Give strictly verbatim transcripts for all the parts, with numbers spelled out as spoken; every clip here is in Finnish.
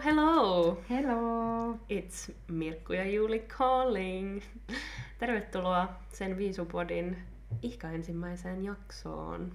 hello! Hello! It's Mirkku ja Juuli calling. Tervetuloa Sen Viisupodin ihka ensimmäiseen jaksoon.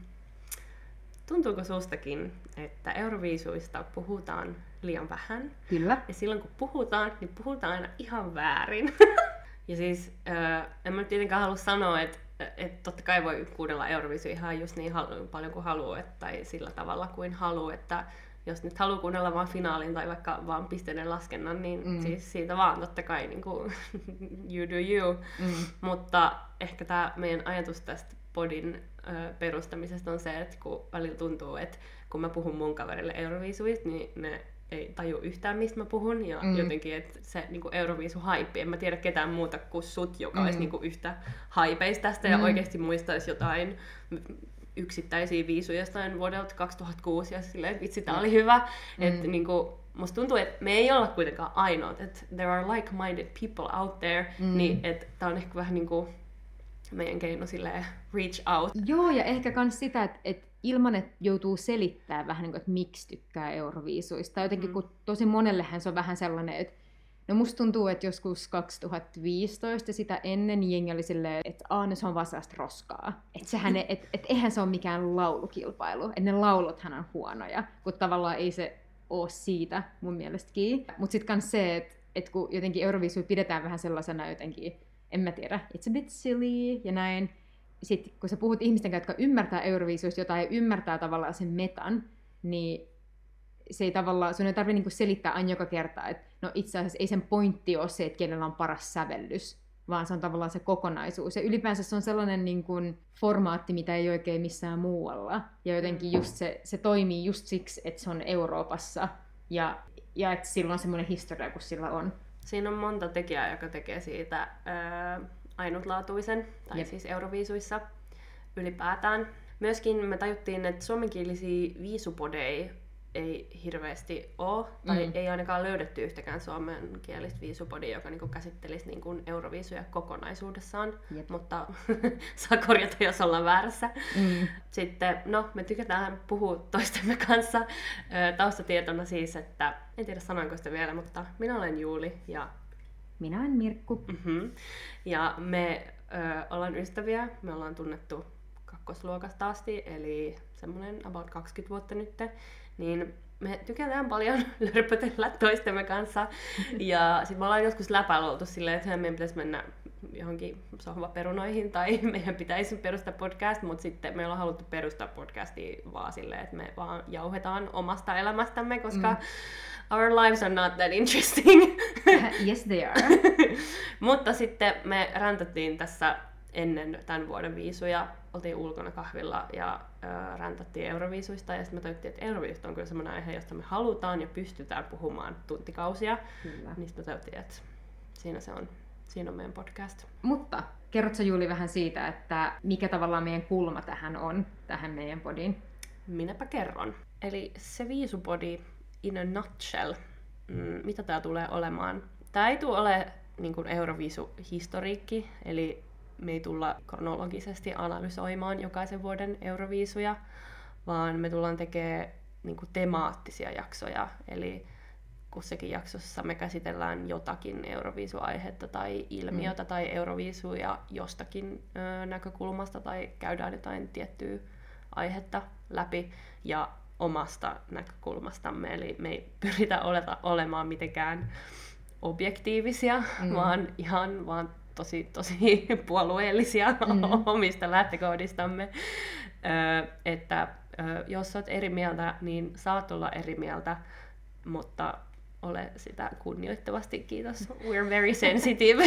Tuntuuko sustakin, että Euroviisuista puhutaan liian vähän? Kyllä. Ja silloin kun puhutaan, niin puhutaan aina ihan väärin. Ja siis äh, en mä tietenkään halua sanoa, että et totta kai voi kuunnella Euroviisuja ihan just niin halu- paljon kuin haluaa, tai sillä tavalla kuin haluaa, että jos nyt haluaa kuunnella vaan finaalin tai vaikka vaan pisteiden laskennan, niin mm. siis siitä vaan totta kai niin kuin, you do you. Mm. Mutta ehkä tämä meidän ajatus tästä podin ö, perustamisesta on se, että kun välillä tuntuu, että kun mä puhun mun kaverille Euroviisuista, niin ne ei taju yhtään, mistä mä puhun. Ja mm. jotenkin, että se niin kuin Euroviisu-haippi, en mä tiedä ketään muuta kuin sut, joka mm. olisi niin kuin yhtä haipeista tästä mm. ja oikeasti muistaisi jotain yksittäisiä viisuja jostain vuodelta kaksituhattakuusi ja silleen, että vitsi, tää oli hyvä. Mm. Että niinku, musta tuntuu, että me ei olla kuitenkaan ainoat, että there are like-minded people out there, mm. niin että tää on ehkä vähän niinku meidän keino silleen reach out. Joo, ja ehkä kans sitä, että, että ilman, että joutuu selittämään vähän, niin kuin, että miksi tykkää Euroviisuista. Jotenkin, mm. kun tosi monellehän se on vähän sellainen, että no musta tuntuu, että joskus kaksituhattaviisitoista ja sitä ennen jengi oli silleen, että aah, no se on vaan sellaista roskaa. Että sehän, et, et, et eihän se ole mikään laulukilpailu. Että ne lauluthan on huonoja, kun tavallaan ei se ole siitä mun mielestäkin. Mutta sitten kans se, että et kun jotenkin Euroviisuja pidetään vähän sellaisena jotenkin, en mä tiedä, it's a bit silly ja näin. Sitten kun sä puhut ihmisten kanssa, jotka ymmärtää Euroviisuista jotain ja ymmärtää tavallaan sen metan, niin se ei tavallaan, sun ei tarvitse niinku selittää aina joka kerta, että no itse asiassa ei sen pointti ole se, että kenellä on paras sävellys, vaan se on tavallaan se kokonaisuus. Ja ylipäänsä se on sellainen niin kuin formaatti, mitä ei oikein missään muualla. Ja jotenkin just se, se toimii just siksi, että se on Euroopassa ja, ja että sillä on semmoinen historia, kun sillä on. Siinä on monta tekijää, joka tekee siitä ää, ainutlaatuisen, tai Jep. siis Euroviisuissa ylipäätään. Myöskin me tajuttiin, että suomenkielisiä viisupodeja ei hirveästi ole, tai mm. ei ainakaan löydetty yhtäkään suomenkielistä viisupodia, joka niinku käsittelisi niinku Euroviisuja kokonaisuudessaan, Jep. mutta saa korjata, jos ollaan väärässä. Mm. Sitten, no, me tykätään puhua toistemme kanssa. Taustatietona siis, että en tiedä sanoinko sitä vielä, mutta minä olen Juuli ja minä olen Mirkku. Mm-hmm. Ja me ö, ollaan ystäviä, me ollaan tunnettu kakkosluokasta asti, eli semmoinen about kaksikymmentä vuotta nyt. Niin me tykätään paljon lörpötellä toistemme kanssa. Ja sitten me ollaan joskus läpällä oltu silleen, että meidän pitäisi mennä johonkin sohvaperunoihin tai meidän pitäisi perustaa podcast, mutta sitten meillä on haluttu perustaa podcastia vaan silleen, että me vaan jauhetaan omasta elämästämme, koska mm. our lives are not that interesting. Yes, they are. Mutta sitten me räntättiin tässä ennen tämän vuoden viisuja, oltiin ulkona kahvilla ja äh, räntättiin Euroviisuista, ja sitten me tajuttiin, että Euroviisut on kyllä semmoinen aihe, josta me halutaan ja pystytään puhumaan tuntikausia. Kyllä. Niin sitten me tajuttiin, että siinä se on, siinä on meidän podcast. Mutta kerrotko Juuli vähän siitä, että mikä tavallaan meidän kulma tähän on, tähän meidän podiin? Minäpä kerron. Eli se viisupodi in a nutshell, mm, mitä tää tulee olemaan? Tää ei tule ole niin kuin Euroviisuhistoriikki, eli me ei tulla kronologisesti analysoimaan jokaisen vuoden Euroviisuja, vaan me tullaan tekemään niin kuin temaattisia jaksoja. Eli kussakin jaksossa me käsitellään jotakin Euroviisuaihetta tai ilmiötä mm. tai Euroviisuja jostakin ö, näkökulmasta tai käydään jotain tiettyä aihetta läpi ja omasta näkökulmastamme. Eli me ei pyritä oleta, olemaan mitenkään objektiivisia, mm. vaan ihan vaan tosi, tosi puolueellisia mm. omista lähtökohdistamme. Ö, että ö, jos olet eri mieltä, niin saat olla eri mieltä, mutta ole sitä kunnioittavasti, kiitos. We're very sensitive.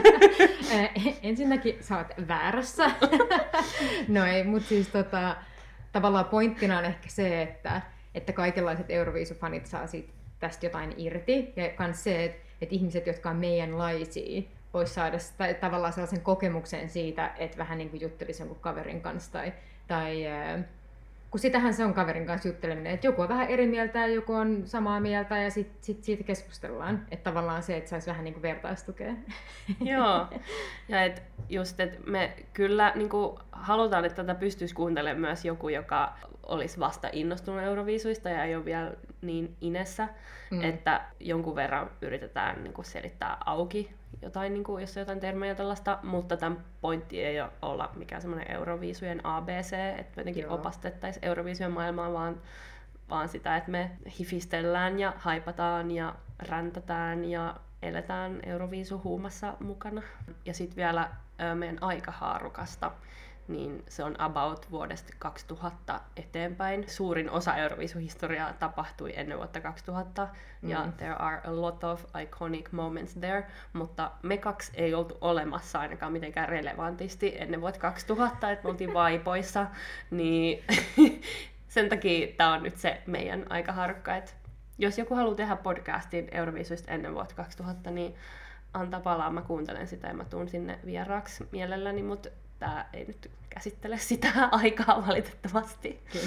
Ensinnäkin sä oot väärässä. No ei, mutta siis tota, tavallaan pointtina on ehkä se, että, että kaikenlaiset Euroviisufanit saa siitä, tästä jotain irti. Ja kans se, että, että ihmiset, jotka on meidänlaisia, voisi saada sitä, tavallaan sellaisen kokemuksen siitä, että vähän niin kuin juttelisi jonkun kaverin kanssa tai, tai kun sitähän se on kaverin kanssa jutteleminen, että joku on vähän eri mieltä ja joku on samaa mieltä ja sitten sit siitä keskustellaan. Että tavallaan se, että saisi vähän niin kuin vertaistukea. Joo, ja et just, että me kyllä niin kuin halutaan, että tätä pystyisi kuuntelemaan myös joku, joka olisi vasta innostunut Euroviisuista ja ei ole vielä niin inessä, mm. että jonkun verran yritetään niin kuin selittää auki jotain, niin kuin, jos on jotain termejä tällaista, mutta tämän pointti ei ole olla mikään semmoinen Euroviisujen A B C, että jotenkin Joo. opastettaisiin Euroviisujen maailmaa, vaan, vaan sitä, että me hifistellään ja haipataan ja räntätään ja eletään Euroviisuhuumassa mukana. Ja sitten vielä ö, meidän aikahaarukasta, niin se on about vuodesta kaksituhatta eteenpäin. Suurin osa Euroviisuhistoriaa tapahtui ennen vuotta kaksituhatta, mm. ja there are a lot of iconic moments there, mutta me kaksi ei oltu olemassa ainakaan mitenkään relevantisti ennen vuotta kaksituhatta, että me oltiin vaipoissa, niin sen takia tämä on nyt se meidän aikaharukka, että jos joku haluaa tehdä podcastin Euroviisuista ennen vuotta kaksituhatta, niin antaa palaa, mä kuuntelen sitä ja mä tuun sinne vieraaksi mielelläni, mutta tää ei nyt käsittele sitä aikaa valitettavasti. Okay.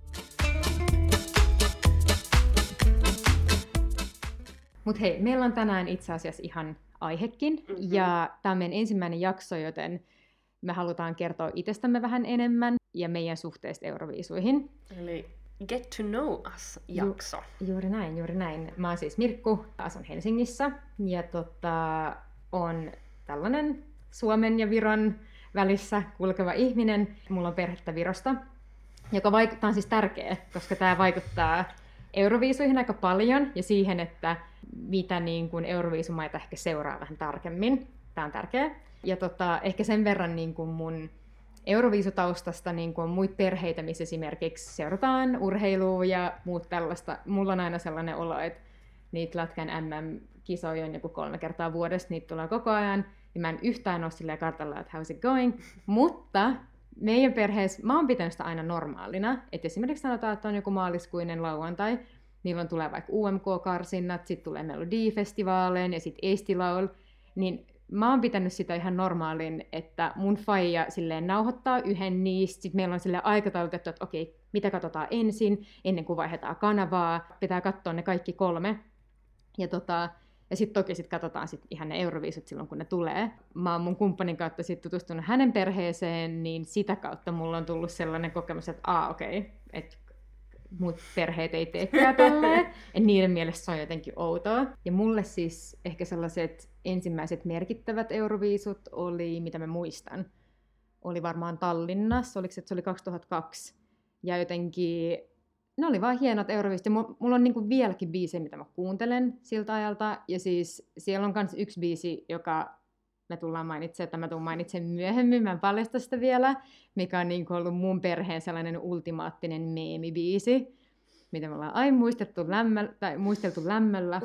Mut hei, meillä on tänään itse asiassa ihan aihekin, mm-hmm. ja tämä on meidän ensimmäinen jakso, joten me halutaan kertoa itsestämme vähän enemmän ja meidän suhteesta Euroviisuihin. Eli Get to know us -jakso. Ju- juuri näin, juuri näin. Mä oon siis Mirkku, asun Helsingissä ja tota, on tällainen Suomen ja Viron välissä kulkeva ihminen. Mulla on perhettä Virosta, joka vaikuttaa on siis tärkeä, koska tämä vaikuttaa Euroviisuihin aika paljon ja siihen, että mitä niin kuin Euroviisumaita ehkä seuraa vähän tarkemmin. Tämä on tärkeä. Ja tota, ehkä sen verran niin kuin mun Euroviisutaustasta niin kuin on muita perheitä, missä esimerkiksi seurataan urheilua ja muut tällaista. Mulla on aina sellainen olo, että niitä Lätkän M M-kisoja on joku kolme kertaa vuodessa, niitä tulee koko ajan. Ja mä en yhtään ole silleen kartalla, että how's it going. Mutta meidän perheessä, mä oon pitänyt sitä aina normaalina. Että esimerkiksi sanotaan, että on joku maaliskuinen lauantai, milloin tulee vaikka U M K-karsinnat, sitten tulee Melodifestivaaleen ja sitten Estilaul. Niin mä oon pitänyt sitä ihan normaalin, että mun faija silleen nauhoittaa yhden niistä. Sitten meillä on silleen aikataulutettu, että okei, mitä katsotaan ensin, ennen kuin vaihdetaan kanavaa. Pitää katsoa ne kaikki kolme. Ja tota... Ja sitten toki sit katsotaan sit ihan ne Euroviisut silloin, kun ne tulee. Mä oon mun kumppanin kautta sit tutustunut hänen perheeseen, niin sitä kautta mulla on tullut sellainen kokemus, että aa okei, okay, että muut perheet ei teekään tolleen. Että niiden mielestä se on jotenkin outoa. Ja mulle siis ehkä sellaiset ensimmäiset merkittävät Euroviisut oli, mitä mä muistan, oli varmaan Tallinnassa, oliko se, että se oli kaksituhattakaksi. Ja jotenkin... Ne oli vaan hienot Euroviisut, ja mulla on niinku vieläkin biisejä, mitä mä kuuntelen siltä ajalta, ja siis siellä on myös yksi biisi, joka me tullaan mainitsemaan, että mä tuun mainitsemaan myöhemmin, mä en paljasta sitä vielä, mikä on niinku ollut mun perheen sellainen ultimaattinen meemibiisi, mitä me ollaan aina muisteltu lämmöllä, tai muisteltu lämmöllä.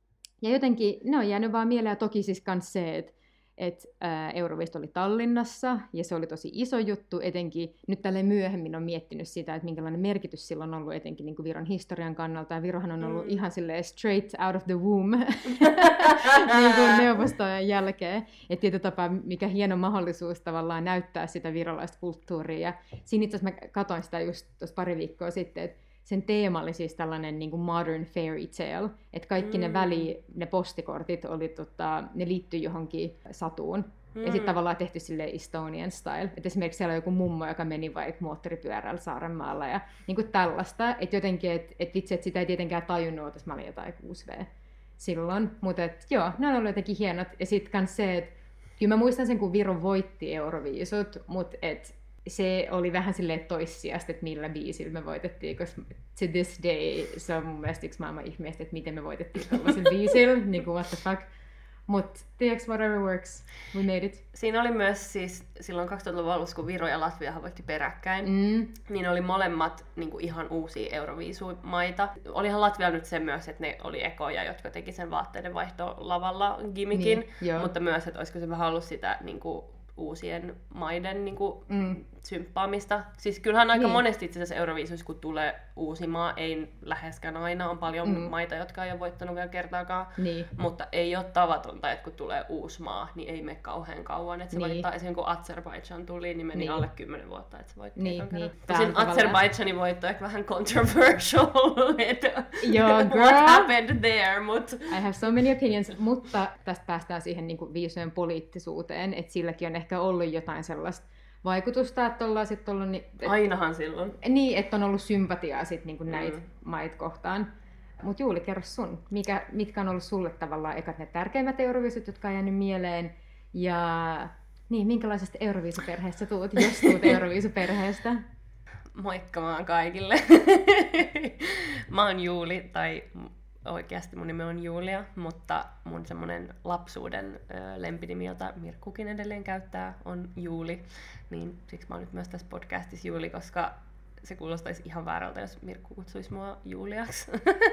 Ja jotenkin ne on jäänyt vaan mieleen, ja toki siis kans se, että että Euroviisut oli Tallinnassa, ja se oli tosi iso juttu, etenkin nyt tälleen myöhemmin on miettinyt sitä, että minkälainen merkitys sillä on ollut etenkin niin kuin Viron historian kannalta, ja Virohan on ollut mm. ihan silleen straight out of the womb niin kuin neuvostojen jälkeen, että tietyllä tapaa mikä hieno mahdollisuus tavallaan näyttää sitä virolaista kulttuuria, ja siinä itse asiassa mä katsoin sitä just tuossa pari viikkoa sitten, että sen teema oli siis tällainen niin kuin modern fairy tale, että kaikki mm. ne väli, ne postikortit oli, tota, ne liittyi johonkin satuun. Mm. Ja sitten tavallaan tehty silleen Estonian style. Että esimerkiksi siellä on joku mummo, joka meni vaikka moottoripyörällä Saarenmaalla ja niin kuin tällaista. Että jotenkin, että et vitsi, että sitä ei tietenkään tajunnut, että mä olin jotain kuusi vuotta silloin. Mutta joo, ne on ollut jotenkin hienot. Ja sitten kans se, että kyllä mä muistan sen, kun Viro voitti Euroviisut, mutta et se oli vähän silleen toissijasta, että millä biisillä me voitettiin, koska to this day se on mun mielestä yksi maailman ihmeestä, että miten me voitettiin tällaisen biisillä, niin kuin what the fuck. Mutta tiedätkö, whatever works, we made it. Siinä oli myös siis silloin kaksituhattaluvun alussa, kun Viro ja Latvia voitti peräkkäin, mm. niin oli molemmat niin kuin ihan uusia Euroviisumaita. Olihan Latvia nyt se myös, että ne oli ekoja, jotka teki sen vaatteiden vaihto lavalla gimmickin, niin, mutta myös, että olisiko se vähän ollut sitä niin kuin uusien maiden niin kuin, Mm. symppaamista. Siis kyllähän aika Niin. monesti itse asiassa Euroviisuissa, kun tulee uusi maa, ei läheskään aina, on paljon Mm. maita, jotka ei ole voittanut vielä kertaakaan, Niin. mutta ei ole tavatonta, että kun tulee uusi maa, niin ei mene kauhean kauan. Että se Niin. voittaa, esimerkiksi kun Azerbaidžan tuli, niin meni Niin. alle kymmenen vuotta, että se voitti Niin, ekan niin. kerran. Tää Tosin on tavallaan- Azerbaidžanin voitto on ehkä vähän controversial, että Joo, what girl. happened there, mut... I have so many opinions, mutta tästä päästään siihen niin kuin viisujen poliittisuuteen, että silläkin on ehkä ollut jotain sellaista vaikutusta, että ollaan sitten ollut... Ni- et, Ainahan silloin. niin, että on ollut sympatiaa sit niin kuin näitä Mm. maita kohtaan. Mutta Juuli, kerro sun, mikä, mitkä on ollut sulle tavallaan ekat ne tärkeimmät Euroviisut, jotka on jäänyt mieleen, ja niin, minkälaisesta Euroviisuperheestä tuut, jos tuut Euroviisuperheestä? Moikka vaan kaikille. Mä oon Juuli, tai oikeasti mun nimi on Julia, mutta mun semmonen lapsuuden ö, lempinimi, jota Mirkkukin edelleen käyttää, on Juuli. Niin siksi mä oon nyt myös tässä podcastissa Juuli, koska se kuulostaisi ihan väärältä, jos Mirkku kutsuisi mua Juliaksi.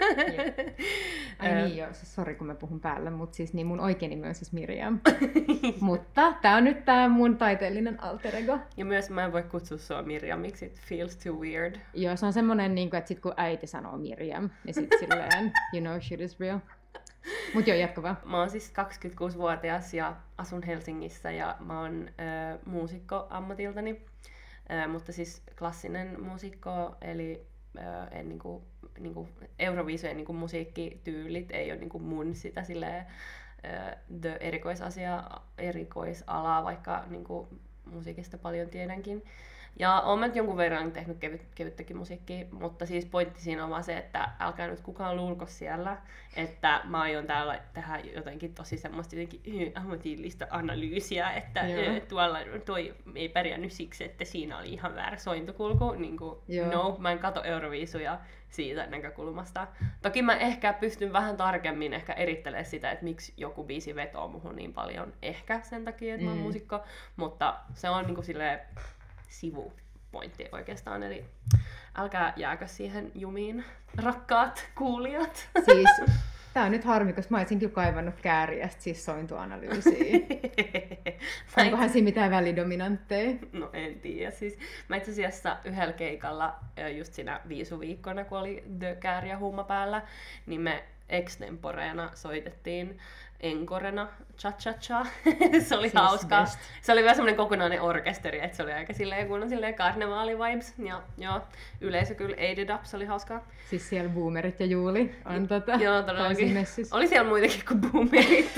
Ai niin joo, siis sori kun mä puhun päällä, mutta siis niin mun oikein nimi on siis Mirjam. Mutta tää on nyt tää mun taiteellinen alter ego. Ja myös mä en voi kutsua sua Mirjamiksi, it feels too weird. Joo, se on semmonen, niin kuin, että sit kun äiti sanoo Mirjam, niin sit silleen, you know shit is real. Mut joo, jatka vaan. Mä oon siis kaksikymmentäkuusivuotias ja asun Helsingissä ja mä oon ö, muusikko ammatiltani. Ö, mutta siis klassinen muusikko, eli ö, en niinku, niinku Euroviisujen niinku musiikkityylit ei ole niinku mun sitä silleen, ö, the erikoisasia, erikoisalaa, vaikka niinku musiikista paljon tiedänkin. Ja oon mä nyt jonkun verran tehnyt kevyt, kevyttäkin musiikkia, mutta siis pointti siinä on vaan se, että älkää nyt kukaan luulko siellä, että mä aion täällä tehdä jotenkin tosi semmoista jotenkin ammatillista analyysiä, että Joo. tuolla toi ei pärjännyt siksi, että siinä oli ihan väärä sointukulku. Niin kuin, no, mä en katso Euroviisuja siitä näkökulmasta. Toki mä ehkä pystyn vähän tarkemmin ehkä erittelemään sitä, että miksi joku biisi vetoo muhun niin paljon. Ehkä sen takia, että mä oon Mm. muusikko, mutta se on niinku silleen sivupointti oikeastaan, eli älkää jääkö siihen jumiin, rakkaat kuulijat. Siis, tää on nyt harmi, koska mä olisin kyllä kaivannut kääriästä siis sointuanalyysiä. Onkohan siinä mitään välidominantteja? No en tiedä. Siis, mä itse asiassa yhdellä keikalla, just siinä viisuviikkona, kun oli The Kääriä humma päällä, niin me extemporeena soitettiin enkorena cha-cha-cha. Se oli Siis hauskaa. best. Se oli vähän semmoinen kokonainen orkesteri, että se oli aika silleen kunnon silleen karnevaali-vibes. Ja joo, yleisö kyllä ate it up, se oli hauskaa. Siis siellä Boomerit ja Juuli on tota, Joo, täysin todellakin. messissä. Oli siellä muitakin kuin boomerit.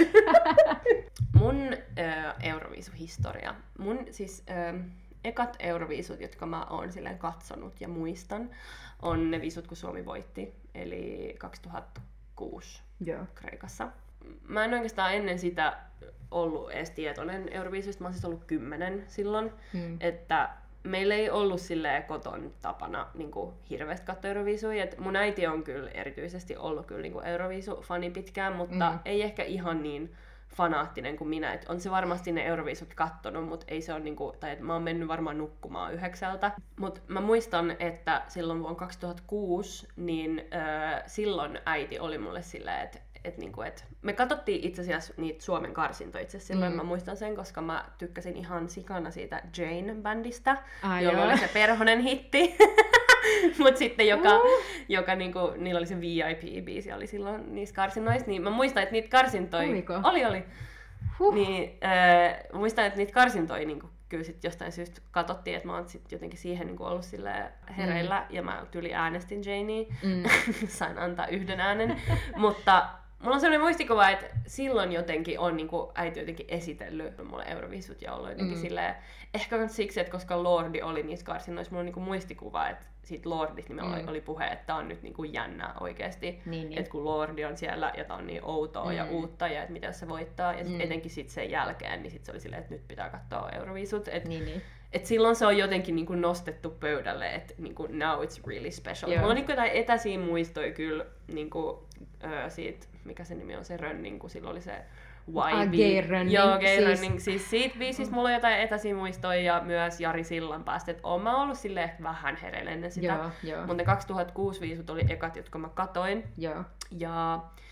Mun äh, Euroviisuhistoria. Mun siis äh, ekat Euroviisut, jotka mä oon silleen katsonut ja muistan, on ne viisut, kun Suomi voitti. Eli kaksituhattakuusi Joo. Kreikassa. Mä en oikeastaan ennen sitä ollut edes tietoinen Euroviisuista. Mä oon siis ollut kymmenen silloin. Hmm. Että meillä ei ollut silleen koton tapana niin kuin hirveästi katsoa Euroviisuja. Et mun äiti on kyllä erityisesti ollut kyllä niin kuin Euroviisu-fani pitkään, mutta Mm. ei ehkä ihan niin fanaattinen kuin minä. Et on se varmasti ne Euroviisut kattonut, mutta ei se ole niinku, tai et mä oon mennyt varmaan nukkumaan yhdeksältä. Mutta mä muistan, että silloin vuonna kaksituhattakuusi, niin äh, silloin äiti oli mulle silleen, että et niinku, et me katsottiin itse asiassa niitä Suomen karsintoja itse asiassa silloin, Mm. mä muistan sen, koska mä tykkäsin ihan sikana siitä Jane-bändistä, Ah, jolla joo. oli se Perhonen hitti. Mut sitten joka, Uh. joka niinku, niillä oli se V I P-biisi oli silloin niissä karsinnoissa, niin mä muistan, että niitä karsintoja... Oliko? Oli, oli. Huh. Niin, äh, muistan, että niitä karsintoja niinku, kyllä sit jostain syystä katsottiin, että mä oon sit jotenkin siihen niinku, ollut silleen hereillä, mm. ja mä tyli äänestin Janea, Mm. sain antaa yhden äänen, mutta mulla on sellainen muistikuva, että silloin jotenkin on niinku, äiti jotenkin esitellyt mulle Euroviisut ja ollut jotenkin Mm. silleen, ehkä myös siksi, että koska Lordi oli niissä karsinnoissa, mulla on niinku muistikuva, että siitä Lordista nimellä Mm. oli puhe, että tää on nyt niinku jännä oikeesti, Niin, niin. että kun Lordi on siellä ja tää on niin outoa Mm. ja uutta ja että mitä se voittaa, ja sit Mm. etenkin sit sen jälkeen, niin sit se oli silleen, että nyt pitää katsoa Euroviisut, että Niin, niin. et silloin se on jotenkin niinku nostettu pöydälle, että niinku now it's really special. Joo. Mulla on niinku jotain etäisiä muistoja kyllä niinku, ö, siitä, mikä se nimi on, se Rönning, kun silloin oli se Ah, Y B. Gay Rönning, Joo, Gay siis- Rönning. Siis siitä biisistä mulla on jotain etäisiä muistoja ja myös Jari Sillanpäästä. Että oon mä ollut silleen ehkä vähän hereillä ennen sitä. Joo, joo. Mutta ne kaksituhattakuusi viisut oli ekat, jotka mä katoin. Joo. Ja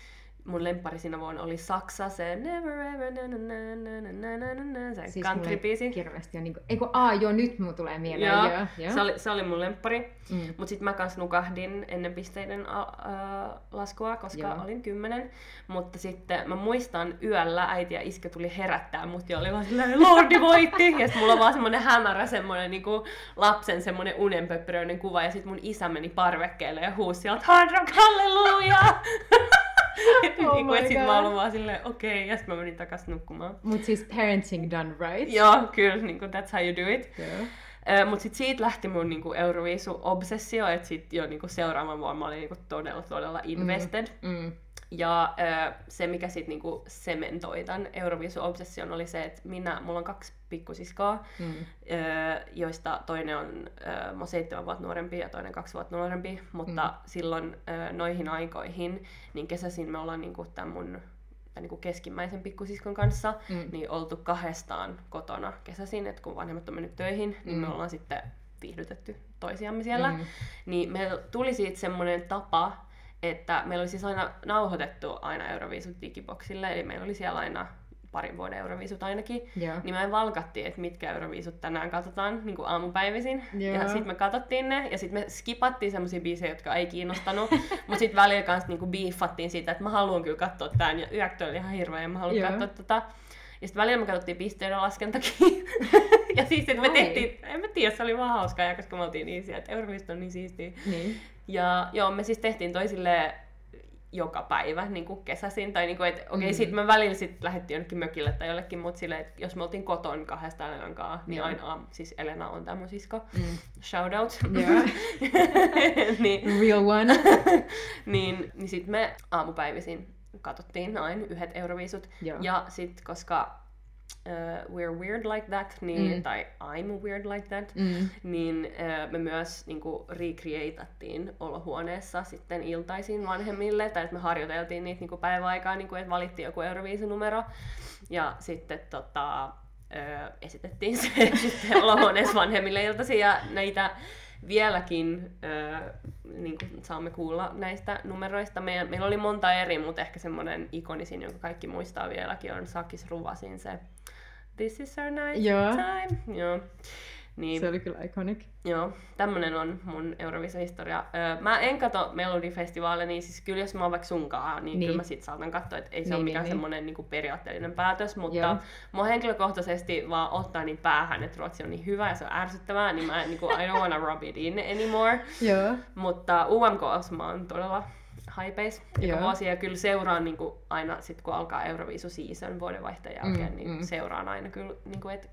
mun lemppari siinä vuonna oli Saksa, se Never Ever, na na na na na na na na, se siis country-biisi. Hirveästi on niinku, eikö aa joo, nyt mun tulee mieleen. Joo, joo, joo. Se, oli, se oli mun lemppari. Mm. Mut sit mä kans nukahdin ennen pisteiden a, a, laskua, koska Joo. olin kymmenen. Mutta sitten mä muistan yöllä äiti ja iskä tuli herättää mut ja oli vaan silleen, Lordi voitti! Ja sit mulla on vaan semmonen hämärä semmonen niinku lapsen semmonen unenpöppöröinen kuva. Ja sit mun isä meni parvekkeelle ja huusi sieltä Hard Rock Halleluja! Oh niinku, et my sit God. mä olin vaan silleen, okei, okay. Ja sit mä menin takas nukkumaan. Mut siis parenting done right. Joo, kyllä, niinku, that's how you do it. Joo. Uh, Mutta sitten siitä lähti mun niinku, Euroviisu-obsessio, että sitten jo niinku, seuraavan vuonna mä olin niinku, todella, todella invested. Mm. Mm. Ja uh, se, mikä sitten niinku, sementoi tämän Euroviisu-obsession, oli se, että minä, mulla on kaksi pikkusiskoa, Mm. uh, joista toinen on uh, mä oon seitsemän vuotta nuorempi ja toinen kaksi vuotta nuorempi. Mutta Mm. silloin uh, noihin aikoihin, niin kesäisin me ollaan niinku, tämän mun niin keskimmäisen pikkusiskon kanssa, Mm. niin oltu kahdestaan kotona kesäisin, että kun vanhemmat on mennyt töihin, niin Mm. me ollaan sitten viihdytetty toisiamme siellä. Mm. Niin meillä tuli siitä semmoinen tapa, että meillä oli siis aina nauhoitettu aina Euroviisut digiboxille, eli meillä oli siellä aina parin vuoden Euroviisut ainakin. Joo. Niin me valkattiin, että mitkä Euroviisut tänään katsotaan niin kuin aamupäivisin. Joo. Ja sitten me katsottiin ne, ja sitten me skipattiin semmosia biisejä, jotka ei kiinnostanut. Mutta sitten välillä kanssa niin kuin biiffattiin siitä, että mä haluan kyllä katsoa tämän, ja yöktö oli ihan hirveä, ja mä haluan Joo. katsoa tota. Ja sitten välillä me katsottiin pisteiden laskentakin. Ja siis sitten me Ai. tehtiin, en mä tiedä, se oli vaan hauskaa, ja koska me oltiin niin siellä, että Euroviisut on niin siistiä. Niin. Ja joo, me siis tehtiin toisille joka päivä niin kuin kesäisin. Tai niin kuin, että okei, Mm. sit me välillä sit lähdettiin jonnekin mökille tai jollekin, mutta silleen, että jos me oltiin koton kahdesta Elenan kanssa, niin Joo. aina, siis Elena on tää mun sisko, Mm. shout out. Joo. niin, Real one. niin, niin sit me aamupäivisin katsottiin aina yhdet Euroviisut. Joo. Ja sit koska uh, we're weird like that, niin, Mm. tai I'm weird like that, Mm. niin uh, me myös niinku recreatattiin olohuoneessa sitten iltaisin vanhemmille, tai että me harjoiteltiin niitä niinku päiväaikaa, niinku, että valittiin joku Euroviisunumero, ja sitten tota, ö, esitettiin se sitten olohuoneessa vanhemmille iltaisin, ja näitä vieläkin ö, niin kuin saamme kuulla näistä numeroista. Meidän, meillä oli monta eri, mutta ehkä semmoinen ikonisin, jonka kaikki muistaa vieläkin, on Sakis Ruvasin se This is our night Joo. time. Joo. Niin, Se oli kyllä iconic. joo, tämmönen on mun Euroviisa-historia. Öö, mä en kato Melodifestivaaleja, niin siis kyllä jos mä oon vaikka sunkaan, niin, Niin. kyllä mä sit saatan katsoa, että ei se Niin, ole niin, mikään niin. semmonen niinku periaatteellinen päätös, mutta Joo. mua henkilökohtaisesti vaan ottaa niin päähän, että Ruotsi on niin hyvä ja se on ärsyttävää, niin mä en, niinku, I don't wanna rub it in anymore. Joo. Mutta U M K:ssa mä oon todella haipeis joka Joo. vuosi, ja kyllä seuraan niinku aina sit kun alkaa Euroviisu season vuodenvaihteen jälkeen, Mm, niin mm. seuraan aina kyllä, niinku, että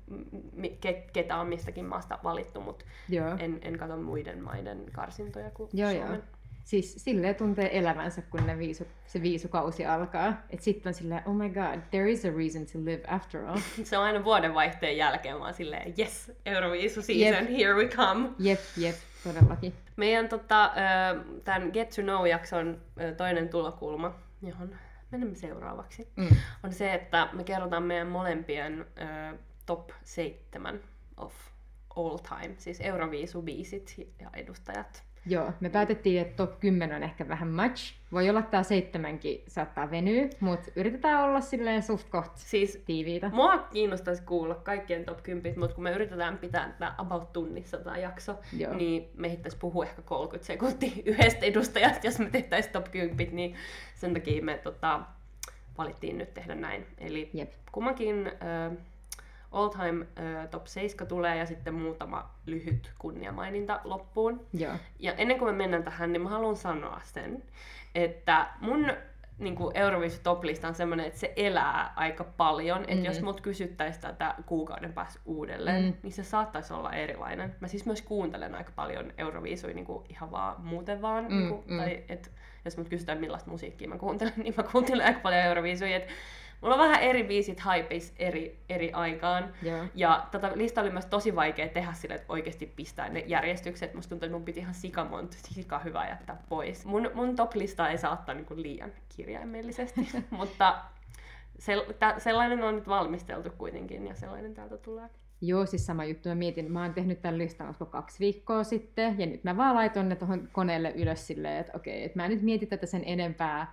ke, ketä on mistäkin maasta valittu, mutta Joo. en, en katso muiden maiden karsintoja kuin Joo, Suomen. joo. Siis silleen tuntee elämänsä, kun ne viisu, se viisukausi alkaa. Et sitten on silleen, oh my god, there is a reason to live after all. Se on aina vuodenvaihteen jälkeen vaan silleen, yes, Euroviisu season, Jep. here we come. Jep, jep, todellakin. Meidän tota, tämän Get to Know-jakson ö, toinen tulokulma, johon menemme seuraavaksi, Mm. on se, että me kerrotaan meidän molempien ö, top seitsemän of all time, siis Euroviisu-biisit ja edustajat. Joo, me päätettiin, että top kymmenen on ehkä vähän much. Voi olla, että tämä seitsemänkin saattaa venyä, mutta yritetään olla silleen suht koht Siis tiiviitä. mua kiinnostaisi kuulla kaikkien top kymmenen, mutta kun me yritetään pitää tätä about tunnissa tämä jakso, Joo. niin me ehdittäisi puhua ehkä kolmekymmentä sekuntia yhdestä edustajasta, jos me tehtäisiin top kymmenen, niin sen takia me tota, valittiin nyt tehdä näin. Eli Jep. kummankin äh, all time äh, top seitsemän tulee ja sitten muutama lyhyt kunniamaininta loppuun. Joo. Ja ennen kuin me mennään tähän, niin mä haluan sanoa sen, että mun niin kuin Euroviisu top-lista on semmoinen, että se elää aika paljon. Että Mm. jos mut kysyttäisiin tätä kuukauden päästä uudelleen, Mm. niin se saattaisi olla erilainen. Mä siis myös kuuntelen aika paljon Euroviisuja niin kuin ihan vaan muuten vaan. Mm, niin kuin, mm. tai et, jos mut kysytään millaista musiikkia mä kuuntelen, niin mä kuuntelen aika paljon Euroviisuja. Et mulla on vähän eri biisit hypeis eri, eri aikaan. Joo. Ja tätä listaa oli myös tosi vaikea tehdä sille, että oikeasti pistää ne järjestykset. Musta tuntuu, että mun piti ihan sikamonta, sika hyvä jättää pois. Mun, mun top-listaa ei saa ottaa niinku liian kirjaimellisesti, mutta se, tä, sellainen on nyt valmisteltu kuitenkin ja sellainen täältä tulee. Joo, siis sama juttu. Mä mietin, mä oon tehnyt tämän listan olisiko kaksi viikkoa sitten, ja nyt mä vaan laitoin ne tuohon koneelle ylös silleen, että okei, että mä en nyt mieti tätä sen enempää.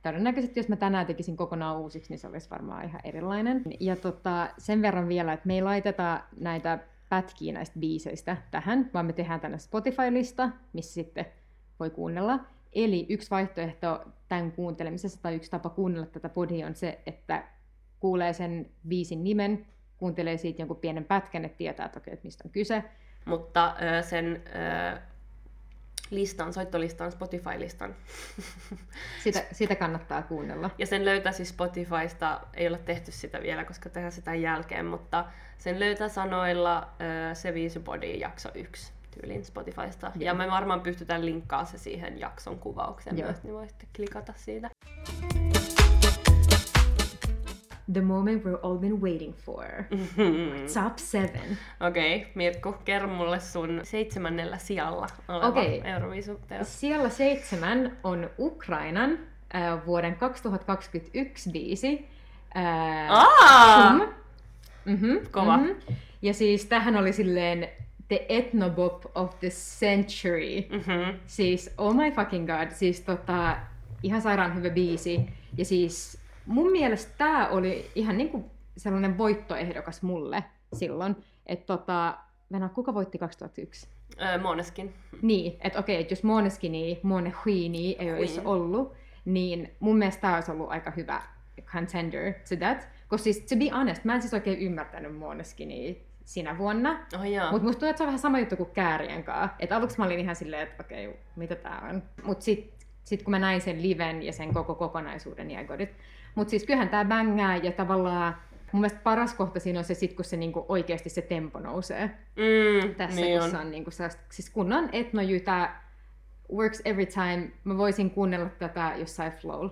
todennäköisesti jos mä tänään tekisin kokonaan uusiksi, niin se olisi varmaan ihan erilainen. Ja tota, sen verran vielä, että me ei laiteta näitä pätkiä näistä biiseistä tähän, vaan me tehdään tänne Spotify-lista, missä sitten voi kuunnella. Eli yksi vaihtoehto tämän kuuntelemisessa tai yksi tapa kuunnella tätä podia on se, että kuulee sen biisin nimen, kuuntelee siitä jonkun pienen pätkän, että tietää toki, että mistä on kyse. Mutta sen äh, listan, soittolistan, Spotify-listan. Sitä, sitä kannattaa kuunnella. Ja sen löytää siis Spotifysta, ei ole tehty sitä vielä, koska tehdään sitä jälkeen, mutta sen löytää sanoilla äh, Se Viisi Body jakso yksi tyylin Spotifysta. Joo. Ja me varmaan pystytään linkkaamaan se siihen jakson kuvaukseen myös, niin voitte klikata siitä. The moment we've all been waiting for. Mm-hmm. Top seven. Okei, okay, Mirkku, kerro mulle sun seitsemännellä sijalla oleva okay. Euroviisu-teos. Siellä seitsemän on Ukrainan äh, vuoden kaksituhattakaksikymmentäyksi biisi. Äh, Aa! Mm-hmm, Kova. Mm-hmm. Ja siis tähän oli silleen the ethnobop of the century. Mm-hmm. Siis, oh my fucking god, siis tota, ihan sairaan hyvä biisi. Ja siis mun mielestä tää oli ihan niinku sellainen voittoehdokas mulle silloin, että tota, Venä, kuka voitti kaksituhattayksi? Öö, Måneskin. Niin, että okei, että jos Måneskini, Måneskin ei olisi ollut, niin mun mielestä tää olisi ollut aika hyvä contender to that. Koska siis, to be honest, mä en siis oikein ymmärtänyt Måneskinia sinä vuonna. Oh, mutta musta tuntuu, että se on vähän sama juttu kuin Käärien kanssa. Et aluksi mä olin ihan silleen, että okei, okay, mitä tää on. Mut sit, sit kun mä näin sen liven ja sen koko kokonaisuuden, niin I got it. Mut siis kyllähän tää bängää ja tavallaan mun mielestä paras kohta siinä on se sit, kun se niinku oikeesti se tempo nousee. Mm, tässä, niin kun se on niinku siis kunnon etnojytä, works every time. Mä voisin kuunnella tätä jossain flow.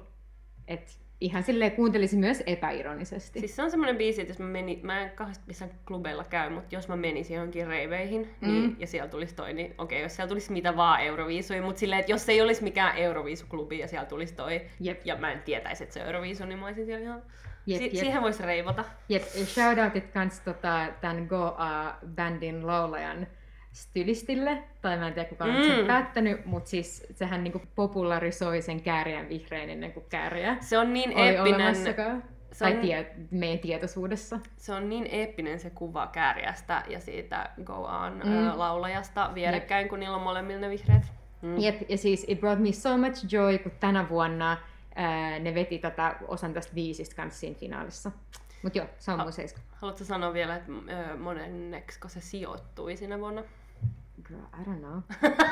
Et ihan silleen kuuntelisin myös epäironisesti. Siis se on semmoinen biisi, että jos mä menin, mä en kahdesti missään klubeilla käy, mutta jos mä menisin johonkin reiveihin, mm. niin, ja siellä tulisi toi, niin okei, okay, jos siellä tulisi mitä vaan Euroviisuja, mutta silleen, että jos ei olisi mikään Euroviisuklubi ja siellä tulisi toi, Jep. ja mä en tietäisi, että se on Euroviisu, niin mä olisin siellä ihan... Jep, si- jep. Siihen voisi reivata. Jep, shoutoutit kans tota, tämän Go-bändin laulajan stylistille, tai mä en tiedä kuka on mm. sen päättänyt, mutta siis sehän niinku popularisoi sen Käärien vihreän ennen kuin Kääriä se on niin oli eeppinen, olemassakaan. se on, tai tie, meidän tietoisuudessa. Se on niin eeppinen se kuva Kääriästä ja siitä Go On Mm. äh, laulajasta vierekkäin, Jep. kun niillä on molemmilla ne vihreät. Mm. Jep, ja siis it brought me so much joy, kun tänä vuonna ää, ne veti tätä osan tästä biisistä kanssa siinä finaalissa. Mut joo, se on Ha- mun seiska. Haluatko sanoa vielä, että äh, monenneksi se sijoittui sinä vuonna? Girl, I don't know.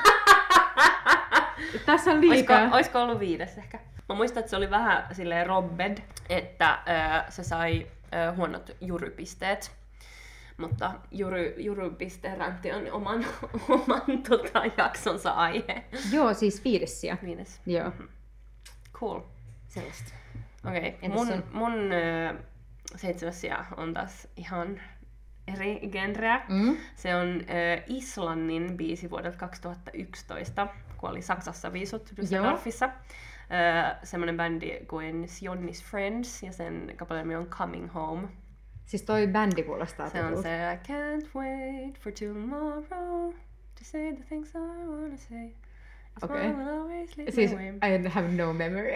Tässä on liikaa. Olisiko, olisiko ollut viides ehkä? Mä muistan, että se oli vähän silleen robbed, että äh, se sai äh, huonot jurypisteet. Mutta jury, jurypisteränkti on oman, oman tota, jaksonsa aihe. Joo, siis viides sija. Viides. Joo. Mm-hmm. Cool. Sellaista. Okei, okay. mun, mun äh, seitsemäs sija on taas ihan eri genreä. Mm. Se on äh, Islannin biisi vuodelta kaksituhattayksitoista, kun oli Saksassa viisut Düsseldorfissa. Äh, semmoinen bändi kuin Sionnis Friends, ja sen kappaleen nimi on Coming Home. Siis toi bändi kuulostaa se on se I can't wait for tomorrow to say the things I wanna say. Okei. Okay. Siis I have no memory.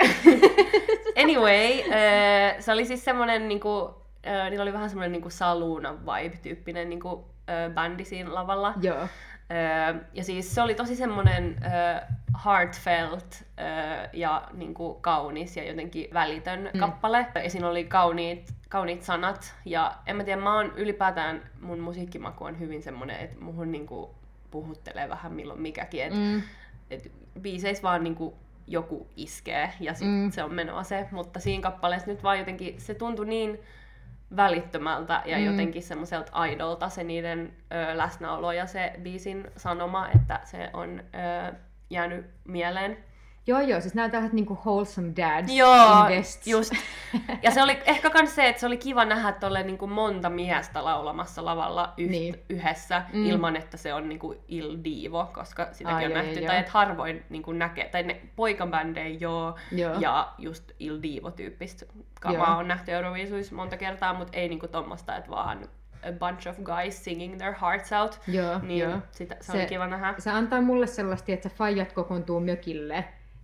Anyway, äh, se oli siis semmonen niinku, äh, niillä oli vähän semmonen niinku Saluna vibe-tyyppinen niinku, äh, bändi siinä lavalla. Joo. Äh, ja siis se oli tosi semmonen äh, heartfelt äh, ja niinku kaunis ja jotenkin välitön mm. kappale. Ja siinä oli kauniit, kauniit sanat. Ja en mä tiedä, mä oon ylipäätään, mun musiikkimaku on hyvin semmonen, että muhun niinku puhuttelee vähän milloin mikäkin. Et, mm. et biiseissä vaan niinku joku iskee ja sit mm. se on menoa se. Mutta siinä kappaleessa nyt vaan jotenkin se tuntui niin välittömältä ja mm. jotenkin semmoiselta aidolta se niiden ö, läsnäolo ja se biisin sanoma, että se on ö, jäänyt mieleen. Joo, joo, siis nämä tällaiset niinku wholesome dads joo, invests. Just. Ja se oli ehkä kans se, että se oli kiva nähdä tolle niinku monta miestä laulamassa lavalla yht, niin. yhdessä mm. ilman, että se on niinku Il Divo, koska sitäkin Ai, on joo, nähty. joo, tai joo. että harvoin niinku näkee, tai ne poikabändejä joo, joo, ja just Il Divo-tyyppistä kamaa on nähty Euroviisuissa monta kertaa, mutta ei niinku tommoista, että vaan a bunch of guys singing their hearts out. Joo, niin joo. Sitä, se, se oli kiva nähdä. Se antaa mulle sellaista, että faijat kokoontuu mökille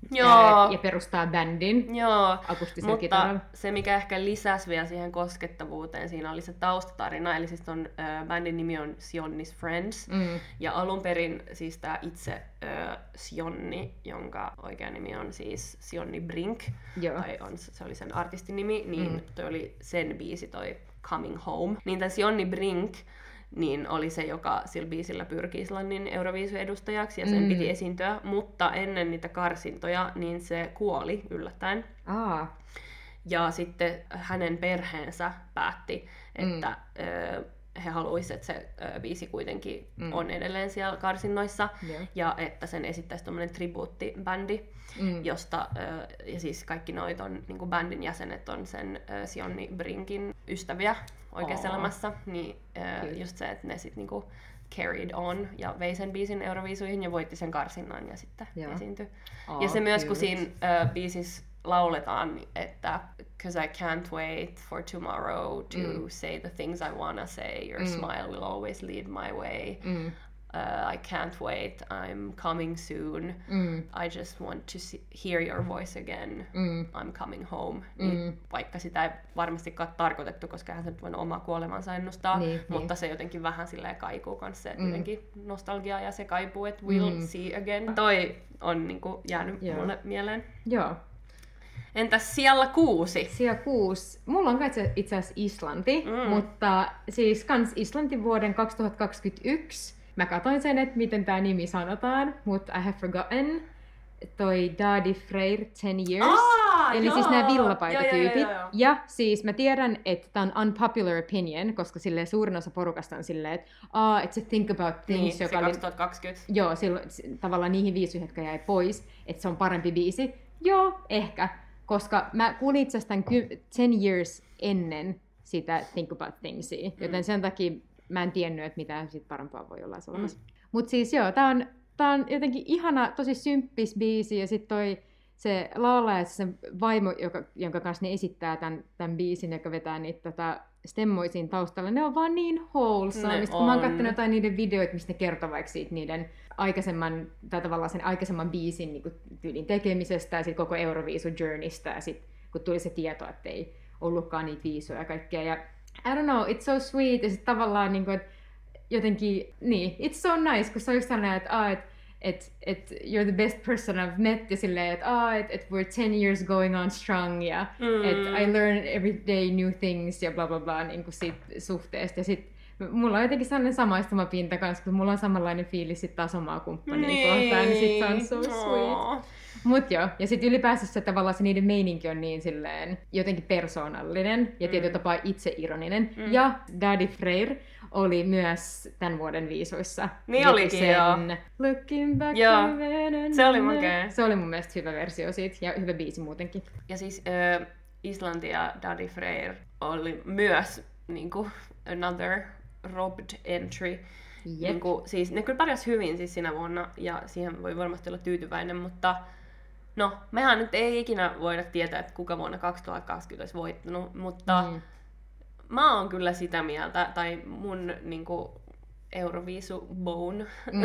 Joo. ja perustaa bändin Joo, akustisella mutta kitaralla. se mikä ehkä lisäsi vielä siihen koskettavuuteen, siinä oli se taustatarina, eli siis ton äh, bändin nimi on Sionni's Friends, Mm. ja alun perin siis tää itse äh, Sionni, jonka oikea nimi on siis Sionni Brink, Joo. tai on, se oli sen artistin nimi, niin Mm. toi oli sen biisi toi Coming Home. Niin tän Sionni Brink niin oli se, joka sillä biisillä pyrki Islannin Euroviisu-edustajaksi ja sen Mm. piti esiintyä, mutta ennen niitä karsintoja niin se kuoli yllättäen. Aa. Ja sitten hänen perheensä päätti, että mm. ö, he haluaisivat, että se ö, biisi kuitenkin mm. on edelleen siellä karsinnoissa, Joo. ja että sen esittäisi tämmöinen tribuuttibändi, mm. josta, ö, ja siis kaikki noit on, niin kuin bändin jäsenet on sen ö, Sionni Brinkin ystäviä oikeassa Aa. elämässä, niin ö, just se, että ne sitten niinku carried on ja vei sen biisin Euroviisuihin ja voitti sen karsinnan ja sitten Joo. esiintyi. Aa, Ja se myös, kun cute. siinä ö, biisissä lauletaan, että "'Cause I can't wait for tomorrow to Mm. say the things I wanna say, your Mm. smile will always lead my way. Mm. Uh, I can't wait, I'm coming soon. Mm. I just want to see, hear your voice again. Mm. I'm coming home." Mm. Niin, vaikka sitä ei varmastikaan tarkoitettu, koska hän nyt voinut omaa kuolemansa ennustaa, Niin, mutta niin. se jotenkin vähän silleen kaikuu kanssa, että Mm. jotenkin nostalgiaa ja se kaipuu, että we'll Mm. see again. Toi on niinku jäänyt Joo. mulle mieleen. Joo. Entäs siellä kuusi? Siellä kuusi. Mulla on kai itse itse asiassa Islanti, Mm. mutta siis kans Islanti vuoden kaksituhattakaksikymmentäyksi. Mä katsoin sen, että miten tää nimi sanotaan, mutta I have forgotten. Toi Dadi Freyr, ten years. Aa, Eli joo. siis nämä Joo, villapaitatyypit. joo, joo, joo. Ja siis mä tiedän, että tää on unpopular opinion, koska silleen suurin osa porukasta on silleen, että ah, it's a think about things, Niin, se joka oli... kaksituhattakaksikymmentä. Joo, silloin, s- tavallaan niihin viisiin, jotka jäi pois, että se on parempi biisi. Joo, ehkä. Koska mä kuulin itse asiassa tämän ky- ten years ennen sitä Think About Thingsia, Mm. joten sen takia mä en tiennyt, että mitä sit parempaa voi olla olemassa. Mm. Mut siis joo, tää on, tää on jotenkin ihana, tosi symppis biisi, ja sit toi se laulaja, se vaimo, joka, jonka kanssa ne esittää tämän, tämän biisin, joka vetää niitä tota, stemmoja siinä taustalla, ne on vaan niin wholesome. Ne Mistä kun mä oon on. katsonut jotain niiden videoita, mistä ne kertoo vaikka siitä niiden aikaisemman, tai tavallaan sen aikaisemman biisin niin kuin tyylin tekemisestä ja sit koko Euroviisu-journeystä, ja sit kun tuli se tieto, että ei ollutkaan niitä viisuja ja kaikkea. Ja I don't know, it's so sweet, ja sit tavallaan niin kuin, että jotenkin, niin, it's so nice, kun se on just sellainen, että ah, et, et, et you're the best person I've met, ja silleen, että ah, et, et we're ten years going on strong, ja Mm. että I learn every day new things, ja bla bla bla, niin kuin siitä suhteesta. Ja sit mulla on jotenkin sellainen samaistuma pinta kanssa, kun mulla on samanlainen fiilis sit taas omaa kumppania kohtaan, niin sit se on so sweet. Aw. Mut joo, ja sit ylipäänsä se tavallaan se niiden meininki on niin silleen jotenkin persoonallinen ja tietyllä tapaa itseironinen. Mm. Ja Dadi Freyr oli myös tämän vuoden viisuissa. Niin Veti olikin, sen joo. Looking back Joo, to when- se oli makea. Se oli mun mielestä hyvä versio siitä ja hyvä biisi muutenkin. Ja siis äh, Islanti ja Dadi Freyr oli myös niinku another robbed entry. Jep. Niinku, siis ne kyllä pärjäs hyvin siis sinä vuonna ja siihen voi varmasti olla tyytyväinen, mutta no, mehän nyt ei ikinä voida tietää, että kuka vuonna kaksituhattakaksikymmentä olisi voittanut, mutta Mm. mä oon kyllä sitä mieltä, tai mun niinku Euroviisu bone Mm.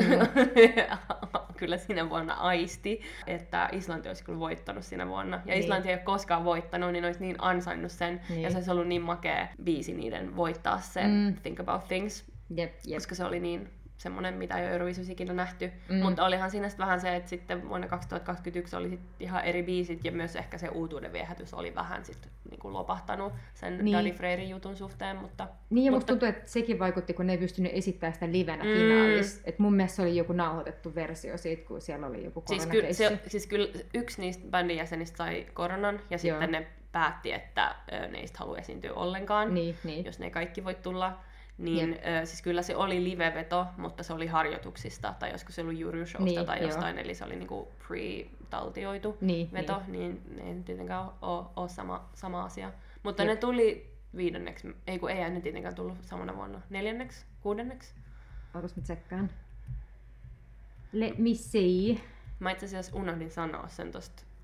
kyllä sinä vuonna aisti, että Islanti olisi kyllä voittanut sinä vuonna. Ja Niin. Islanti ei ole koskaan voittanut, niin olisi niin ansainnut sen. Niin. Ja se olisi ollut niin makea biisi niiden voittaa se Mm. Think About Things, Jep, jep. koska se oli niin semmoinen, mitä ei ole Euroviisussa ikinä nähty. Mm. Mutta olihan siinä sitten vähän se, että sitten vuonna kaksituhattakaksikymmentäyksi oli sit ihan eri biisit, ja myös ehkä se uutuuden viehätys oli vähän sit niinku lopahtanut sen Niin. Dadi Freyrin jutun suhteen. Mutta, Niin ja mutta, musta tuntuu, että sekin vaikutti, kun ne ei pystynyt esittämään sitä livenä Mm. finaalissa. Et mun mielestä se oli joku nauhoitettu versio siitä, kun siellä oli joku Siis, ky- koronakeissi. se, siis kyllä yksi niistä bändin jäsenistä sai koronan, ja sitten Joo. ne päätti, että ö, ne ei sit halua esiintyä ollenkaan, Niin, niin. jos ne ei kaikki voi tulla. Niin ö, siis kyllä se oli live-veto, mutta se oli harjoituksista, tai joskus se ollut Euroshowsta Niin, tai joo. jostain, eli se oli niinku pre-taltioitu Niin, veto, niin. niin ne ei tietenkään ole, ole sama, sama asia. Mutta Jep. ne tuli viidenneksi, ei kun ei ne tietenkään tullut samana vuonna, neljänneksi, kuudenneksi. Otas mä tsekkaan. Let me see. Mä itse asiassa unohdin sanoa sen tosta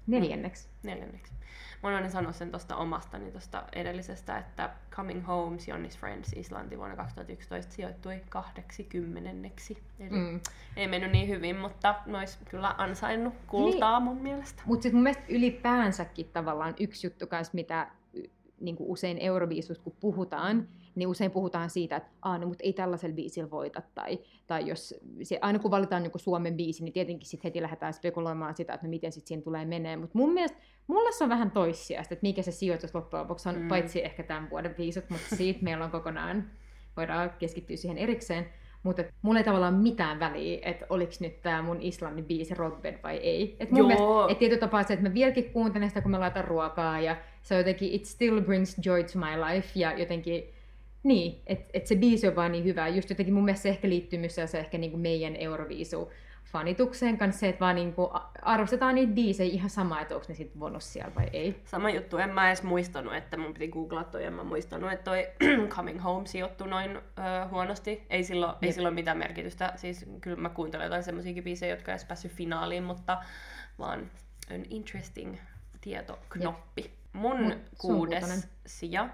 Neljänneksi. Mm. Neljänneksi. Mä voin sanoa sen tuosta omastani tuosta edellisestä, että Coming Home, Jonny's Friends Islanti vuonna kaksituhattayksitoista sijoittui kahdeksankymmenenneksi. Eli mm. ei mennyt niin hyvin, mutta ne olisi kyllä ansainnut kultaa niin, mun mielestä. Mutta sitten mun mielestä ylipäänsäkin tavallaan yksi juttu kanssa, mitä niin kuin usein Euroviisusta kun puhutaan, niin usein puhutaan siitä, että Aa, no, mutta ei tällaisella biisillä voita. Tai, tai jos se, aina kun valitaan niin Suomen biisi, niin tietenkin sit heti lähdetään spekuloimaan sitä, että no miten sit siinä tulee menee. Mutta mun mielestä mulla se on vähän toissijasta, että mikä se sijoitus loppujen lopuksi on, mm. paitsi ehkä tämän vuoden biisut, mutta siitä meillä on kokonaan, voidaan keskittyä siihen erikseen. Mutta mulla ei tavallaan mitään väliä, että oliko nyt tää mun Islannin biisi Rockbed vai ei. Et mun Joo. mielestä, et tietyllä tapaa se, että mä vieläkin kuuntelen sitä, kun mä laitan ruokaa, ja se on jotenkin, it still brings joy to my life, ja jotenkin, niin, että et se biisi on vaan niin hyvä. Just jotenkin mun mielestä se ehkä liittyy myös se ehkä niinku meidän Euroviisu-fanitukseen kanssa se, että vaan niinku arvostetaan niitä biisejä ihan sama, että onko ne sitten bonus siellä vai ei. Sama juttu, en mä edes muistanut, että mun piti googlaa toi, en mä muistanut, että toi Coming Home sijoittui noin ö, huonosti. Ei silloin, ei silloin mitään merkitystä, siis kyllä mä kuuntelen jotain semmoisiakin biisejä, jotka ei edes päässyt finaaliin, mutta vaan an interesting tietoknoppi. Jep. Mun Mut, kuudes sija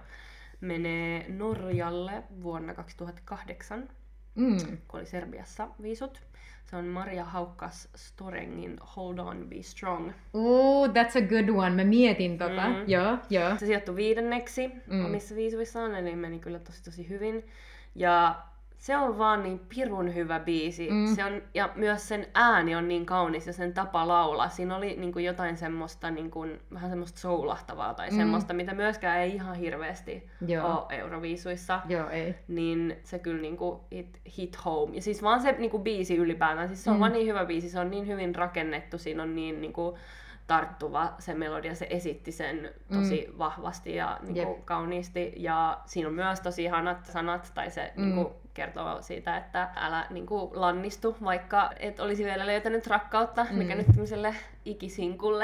menee Norjalle vuonna kaksituhattakahdeksan, mm. kun oli Serbiassa viisut. Se on Maria Haukkas Storengin Hold On Be Strong. Oh, that's a good one. Mä mietin tota. Mm. Joo, joo. Se sijoittui viidenneksi mm. omissa viisuissaan, eli meni kyllä tosi tosi hyvin. Ja se on vaan niin pirun hyvä biisi. Mm. Se on, ja myös sen ääni on niin kaunis ja sen tapa laulaa. Siinä oli niin kuin jotain semmoista, niin kuin, vähän semmoista soulahtavaa tai mm. semmoista, mitä myöskään ei ihan hirveästi Joo. ole Euroviisuissa. Joo, ei. Niin se kyllä niin kuin hit, hit home. Ja siis vaan se niin kuin biisi ylipäätään. Siis se on mm. vaan niin hyvä biisi. Se on niin hyvin rakennettu. Siinä on niin, niin kuin tarttuva se melodia. Se esitti sen tosi mm. vahvasti ja niin kuin kauniisti. Ja siinä on myös tosi ihanat sanat. Tai se mm. niin kuin kertoo siitä, että älä niin kuin lannistu, vaikka et olisi vielä löytänyt rakkautta, mm. mikä nyt tämmöiselle ikisinkulle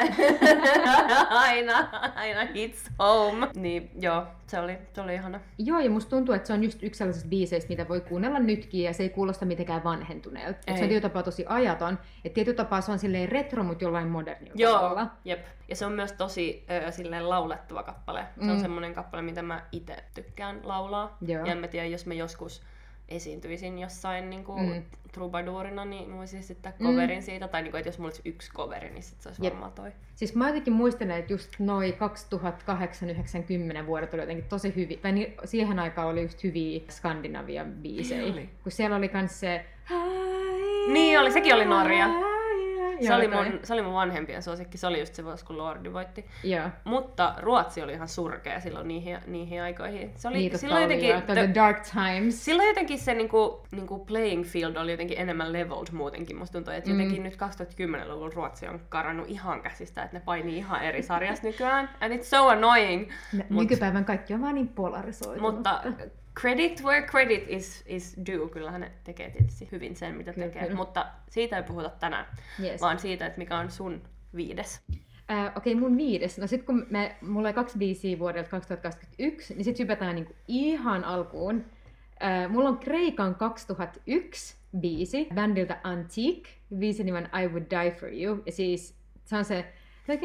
aina, aina hits home. Niin joo, se oli, se oli ihana. Joo, ja musta tuntuu, että se on just yksi sellaisista biiseistä, mitä voi kuunnella nytkin, ja se ei kuulosta mitenkään vanhentuneelta. Se on tietyllä tapaa tosi ajaton, että tietyllä tapaa se on silleen retro, mutta jollain modernilla Joo, tavalla. Jep. Ja se on myös tosi ö, silleen laulettava kappale. Se mm. on semmoinen kappale, mitä mä itse tykkään laulaa. Joo. Ja en mä tiedä, jos mä joskus esiintyisin jossain niinku mm. troubadourina, niin mä voisin esittää coverin mm. siitä. Tai niinku, että jos mulla olisi yksi coveri, niin sit se olisi Jep. varmaan toi. Siis mä jotenkin muistelen, että just noi kaksituhattakahdeksan yhdeksänkymmentä vuodet oli jotenkin tosi hyviä. Tai niin, siihen aikaan oli just hyviä Skandinavian biisejä. Kun siellä oli kans se... Niin oli, sekin oli Norja. Se, Joo, oli mun, se oli mun vanhempien suosikki, se oli just se vuosi, kun Lordi voitti. Joo. Mutta Ruotsi oli ihan surkea silloin niihin, niihin aikoihin. Se oli, niin, silloin jotenkin, the, the dark times. Silloin jotenkin se niinku, niinku playing field oli jotenkin enemmän leveled muutenkin. Musta tuntuu, että mm. jotenkin nyt kaksituhattakymmenluvulla Ruotsi on karannut ihan käsistä, että ne painii ihan eri sarjassa nykyään. And it's so annoying. N- Mut, nykypäivän kaikki on vaan niin polarisoitunut. Mutta credit where credit is, is due. Kyllähän ne tekee tietysti hyvin sen, mitä kyllä, tekee. Kyllä. Mutta siitä ei puhuta tänään, yes. vaan siitä, että mikä on sun viides. Äh, Okei, okay, mun viides. No sit kun me, mulla oli kaksi biisiä vuodelta kaksituhattakaksikymmentäyksi, niin sit hypätään niinku ihan alkuun. Äh, mulla on Kreikan kaksituhattayksi biisi, bändiltä Antique. Biisin nimen I Would Die For You. Ja siis se on se...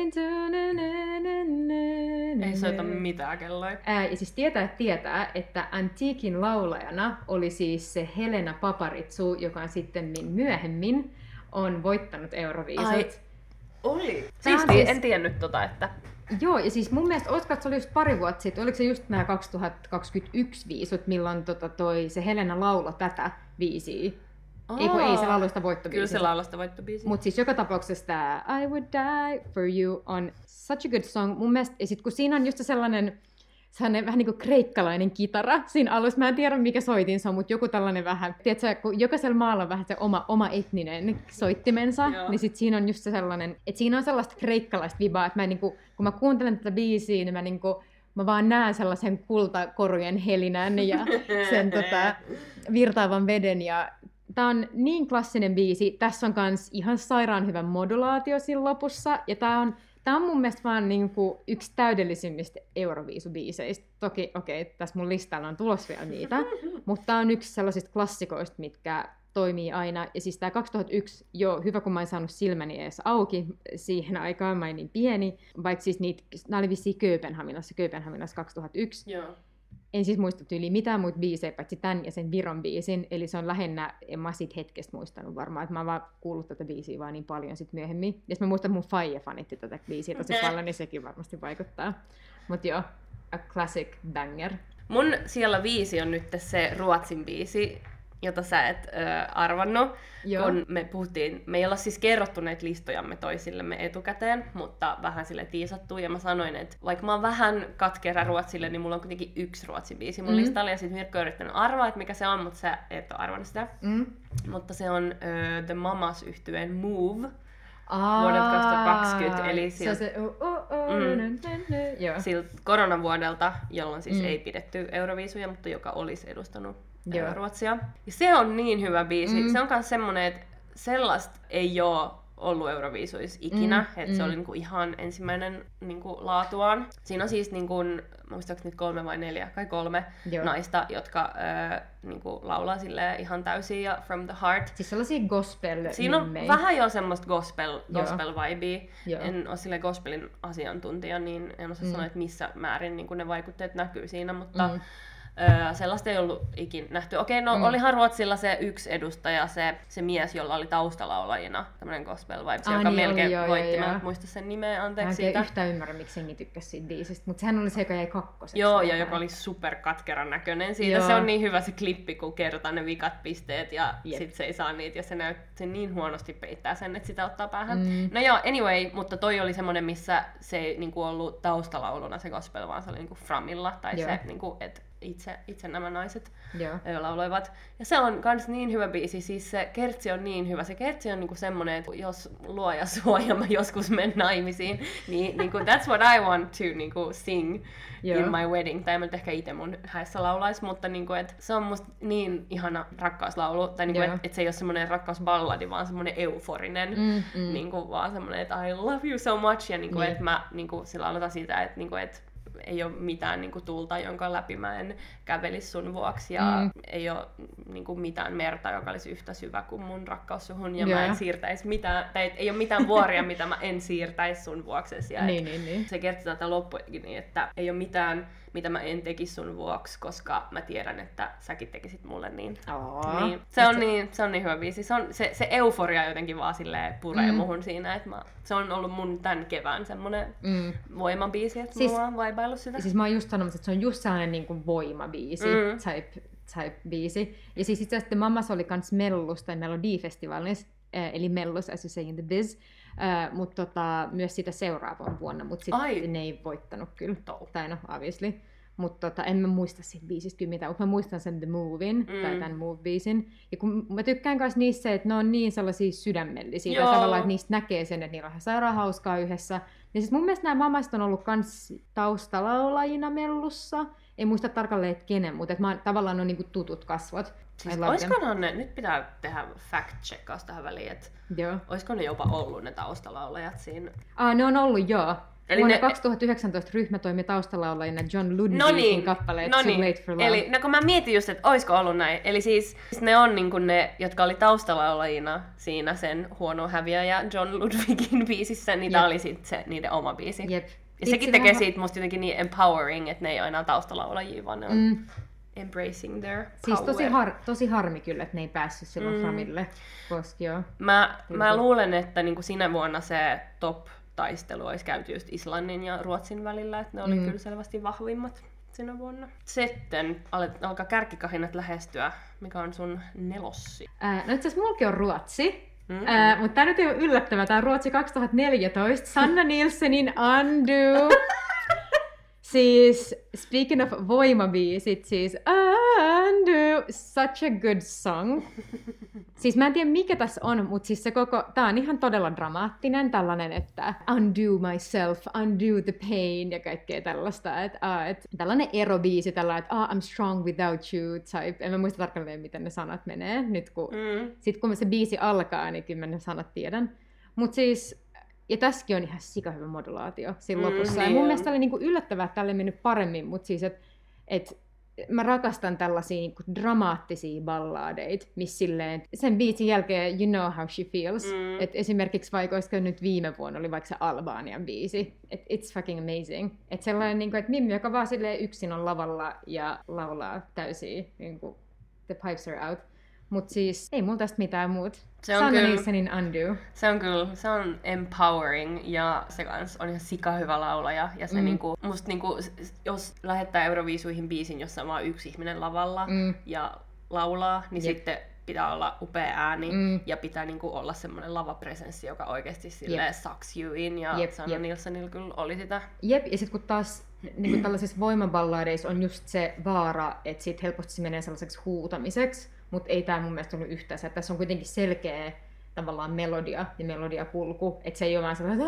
Ei soita mitään kelloja. Ää, ja siis tietää, että tietää, että Antiikin laulajana oli siis se Helena Paparizou, joka on sitten niin myöhemmin on voittanut Euroviisut. Ai, oli? Siistiä, siis... en tiennyt tota, että... Joo, ja siis mun mielestä, olisiko, että se oli just pari vuotta sitten, oliko se just nämä kaksituhattakaksikymmentäyksi viisut, milloin tota toi, se Helena lauloi tätä biisiä. Oh, ei, kun ei se lauloi sitä voittobiisiä. Kyllä se lauloi sitä voittobiisiä. Mutta siis joka tapauksessa tämä I Would Die For You on such a good song. Mun mielestä, ja sit kun siinä on just sellainen, sellainen vähän niin kuin kreikkalainen kitara siinä alussa. Mä en tiedä mikä soitin se on, mutta joku tällainen vähän, tiedätkö, kun jokaisella maalla on vähän se oma, oma etninen soittimensa, Joo. niin sit siinä on just se sellainen, että siinä on sellaista kreikkalaista vibaa, että mä niin kuin, kun mä kuuntelen tätä biisiä, niin mä niin kuin, mä vaan näen sellaisen kultakorujen helinän ja sen tota, virtaavan veden ja tää on niin klassinen biisi. Tässä on kans ihan sairaan hyvä modulaatio siinä lopussa. Ja tää on, tää on mun mielestä vaan niinku yksi täydellisimmistä Euroviisubiiseistä. Toki, okei, okay, tässä mun listalla on tulos vielä niitä. Mutta tää on yksi sellaisista klassikoista, mitkä toimii aina. Ja siis tää kaksituhattayksi, joo, hyvä kun mä en saanut silmäni edes auki siihen aikaan, mä en niin pieni. Vaikka siis niitä, nää oli vissiin Kööpenhaminassa, Kööpenhaminassa kaksituhattayksi. Joo. En siis muista tyyliin mitään muita biisejä, paitsi tän ja sen Viron biisin. Eli se on lähinnä, en mä siitä hetkestä muistanut varmaan, että mä oon vaan kuullut tätä biisiä vaan niin paljon sit myöhemmin. Ja mä muistan, että mun faija fanitti tätä biisiä tosi paljon, niin sekin varmasti vaikuttaa. Mut joo, a classic banger. Mun siellä viisi on nyt se Ruotsin biisi, jota sä et ö, arvannut, Joo. kun me puhuttiin, me ei olla siis kerrottu näitä listojamme toisillemme etukäteen, mutta vähän sille tiisattu, ja mä sanoin, että vaikka mä oon vähän katkera Ruotsille, niin mulla on kuitenkin yksi Ruotsin biisi mun mm. listalla, ja sit Mirkko on yrittänyt arvaa, että mikä se on, mutta sä et ole arvannut sitä. Mm. Mutta se on ö, The Mamas -yhtyeen Move. Aa, vuodelta kaksituhattakaksikymmentä, eli siltä, se se, oh, oh, oh, mm, nö, nö, nö. siltä koronavuodelta, jolloin siis mm. ei pidetty Euroviisuja, mutta joka olisi edustanut Joo. Ruotsia. Ja se on niin hyvä biisi. Mm. Se on myös semmoinen, että sellaista ei ole ollut Euroviisuissa ikinä, mm. että mm. se oli niinku ihan ensimmäinen niinku laatuaan. Siinä on siis, niinku, muistaakseni nyt kolme vai neljä, kai kolme Joo. naista, jotka ö, niinku laulaa silleen ihan täysin ja from the heart. Siis sellaisia gospel Siinä on nimmei. Vähän jo semmoista gospel, gospel-vibea. En ole silleen gospelin asiantuntija, niin en osaa mm. sanoa, että missä määrin niinku ne vaikutteet näkyy siinä, mutta mm. Öö, sellaista ei ollut ikin nähty. Okei, no mm. olihan Ruotsilla se yksi edustaja, se, se mies, jolla oli taustalaulajina tämmönen gospel vibes, ah, joka niin melkein oli, joo, voitti. Joo, mä en muista sen nimeä, anteeksi siitä. Mä en yhtään ymmärrä, miksi jengi tykkäsi siitä biisistä, mutta sehän oli se, joka jäi kakkoseksi. Joo, ja joka oli superkatkeran näköinen. Siitä joo. Se on niin hyvä se klippi, kun kerrotaan ne vikat pisteet ja yep. sit se ei saa niitä, ja se, näyt, se niin huonosti peittää sen, että sitä ottaa päähän. Mm. No joo, anyway, mutta toi oli semmonen, missä se ei niinku ollut taustalauluna se gospel, vaan se oli niinku framilla, tai joo. se, niinku, että Itse, itse nämä naiset Joo. lauloivat. Ja se on kans niin hyvä biisi, siis se kertsi on niin hyvä. Se kertsi on niinku semmonen, että jos luoja suoja mä joskus menen naimisiin, niin niinku, that's what I want to niinku, sing Joo. in my wedding. Tai en nyt ehkä itse mun häissä laulais, mutta niinku, et se on musta niin ihana rakkauslaulu. Tai niinku, että et se ei ole semmonen rakkausballadi, vaan semmonen euforinen. Mm, mm. Niinku, vaan semmonen, että I love you so much. Ja niinku, että mä niinku, sillä aloitan siitä, että niinku, et ei ole mitään niin kuin, tulta, jonka läpi mä en kävelisi sun vuoksi, ja mm. ei ole niin kuin, mitään merta, joka olisi yhtä syvä kuin mun rakkaus suhun, ja yeah. mä en siirtäisi mitään, tai ei ole mitään vuoria, mitä mä en siirtäisi sun vuoksesi. Ja niin, niin, niin. Se kertoo tätä loppuakin niin, että ei ole mitään, mitä mä en tekisi sun vuoksi, koska mä tiedän, että säkin tekisit mulle niin. niin. Se, on niin se on niin hyvä biisi. Se, on, se, se euforia jotenkin vaan silleen puree mm. muhun siinä, että mä, se on ollut mun tän kevään semmonen mm. voimabiisi, että siis, mulla on vaibaillut sitä. Siis mä oon just sanomassa, että se on just sellainen niin kuin voimabiisi, mm. type, type biisi. Ja siis itse asiassa Mamas oli kans Mellus tai Melodifestivalissa, eli Mellus, as you say in the biz. Uh, mutta tota, myös sitä seuraavan vuonna, mutta sitten ne ei voittanut kyllä, tai no obviously. Mutta tota, en mä muista siitä biisistä kyllä mitään, mutta mä muistan sen The Movein, mm. tai tämän Move-biisin. Ja kun mä tykkään myös niissä, että ne on niin sellaisia sydämellisiä, tai tavallaan, että niistä näkee sen, että niillä on ihan sairaan hauskaa yhdessä. Ja siis mun mielestä nämä Mamast on ollut kans taustalaulajina Mellussa. En muista tarkalleen, että kenen, mutta että mä, tavallaan on niinku tutut kasvot. Siis oiskohan ne, nyt pitää tehdä fact-checkaus tähän väliin, että oisko ne jopa ollut ne taustalaulajat siinä? Ah, ne on ollut, joo. Eli vuonna ne... kaksituhattayhdeksäntoista ryhmä toimi taustalaulajina John Ludwigin no niin, kappaleet no Too niin. Late for Love. Eli no kun mä mietin just, että oisko ollut näin. Eli siis ne on niinku ne, jotka oli taustalaulajina siinä sen Huono häviäjä John Ludwigin biisissä, niin tää oli sit se niiden oma biisi. Jep. Ja Itse sekin tekee vähän... siitä musta jotenkin niin empowering, että ne ei ole enää taustalaulajia, vaan ne on mm. embracing their power. Siis tosi, har, tosi harmi kyllä, että ne ei päässyt silloin mm. Framille. Koska joo. Mä, mä luulen, että niinku sinä vuonna se top taistelu olisi käyty just Islannin ja Ruotsin välillä, että ne oli mm. kyllä selvästi vahvimmat sinä vuonna. Sitten alkaa kärkikahinat lähestyä. Mikä on sun nelossi? Ää, no itse asiassa mulki on Ruotsi, mm-hmm. Ää, mutta tää nyt ei ole yllättävää. Tää on Ruotsi kaksituhattaneljätoista. Sanna Nilssonin Undo. Siis, speaking of voimabiisit, siis Undo, such a good song. Siis mä en tiedä mikä tässä on, mutta siis se koko, tää on ihan todella dramaattinen, tällainen, että undo myself, undo the pain ja kaikkea tällaista. Et, uh, et, tällainen erobiisi, tällainen, että oh, I'm strong without you type. En mä muista tarkalleen, miten ne sanat menee. Nyt kun, mm. sit kun se biisi alkaa, niin kyllä mä ne sanat tiedän. Mut siis... Ja tässäkin on ihan sikahyvä modulaatio siinä lopussa. Mm, niin ja mun on. mielestä oli niinku yllättävää, että tälle mennyt paremmin, mutta siis, että et, mä rakastan tällaisia niin kuin dramaattisia balladeita, missä silleen, sen biisin jälkeen You Know How She Feels. Mm. Et esimerkiksi vaikka olisiko nyt viime vuonna oli vaikka se Albanian biisi. Et it's fucking amazing. Et sellainen, niin kuin, että Mimmi, joka vaan silleen yksin on lavalla ja laulaa täysiä, niin kuin the pipes are out. Mut siis ei mulla tästä mitään muut. Se on kyllä, Undo. Se on kyllä, se on empowering ja se kans on ihan sika hyvä laulaja. Ja se mm. niinku, musta niinku, jos lähettää Euroviisuihin biisin, jossa on vaan yksi ihminen lavalla mm. ja laulaa, niin Jep. sitten pitää olla upea ääni mm. ja pitää niinku olla semmoinen lavapresenssi, joka oikeasti silleen sucks you in. Ja Jep. Sanna Nilssonilla kyllä oli sitä. Jep, ja sit kun taas niin kuin tällaisissa voimaballadeissa on just se vaara, että sit helposti se menee sellaiseksi huutamiseksi. Mutta ei tämä mun mielestä ollut yhtään se, että tässä on kuitenkin selkeä tavallaan melodia ja melodiapulku, että se ei ole vaan sellaista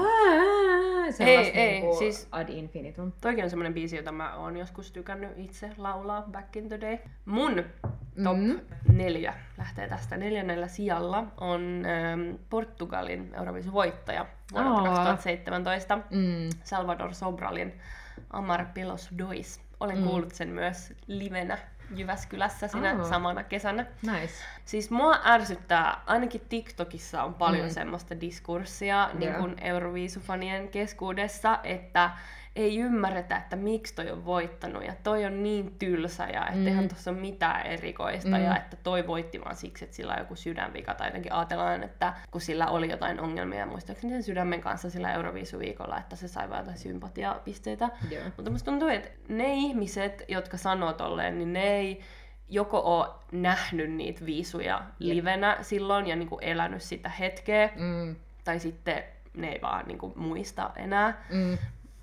sellaista ei, niinku ei, siis ad infinitum. Toikin on semmoinen biisi, jota mä oon joskus tykännyt itse laulaa back in the day. Mun top mm-hmm. neljä lähtee tästä. Neljännellä sijalla on ähm, Portugalin Euroviisuvoittaja vuonna oh. kaksituhattaseitsemäntoista, mm. Salvador Sobralin Amar pelos dois. Olen mm. kuullut sen myös livenä Jyväskylässä sinä oh. samana kesänä. Nice. Siis mua ärsyttää, ainakin TikTokissa on paljon mm. semmoista diskurssia yeah. niin kuin Euroviisufanien keskuudessa, että ei ymmärretä, että miksi toi on voittanut ja toi on niin tylsä ja että mm. eihän tuossa ole mitään erikoista mm. ja että toi voitti vaan siksi, että sillä on joku sydänvika tai jotenkin ajatellaan, että kun sillä oli jotain ongelmia muistaakseni sen sydämen kanssa sillä Euroviisuviikolla, että se sai vaan jotain sympatiapisteitä. Yeah. Mutta musta tuntuu, että ne ihmiset, jotka sanoo tolleen, niin ne ei joko ole nähnyt niitä viisuja livenä yep. silloin ja niinku elänyt sitä hetkeä, mm. tai sitten ne ei vaan niinku muista enää. Mm.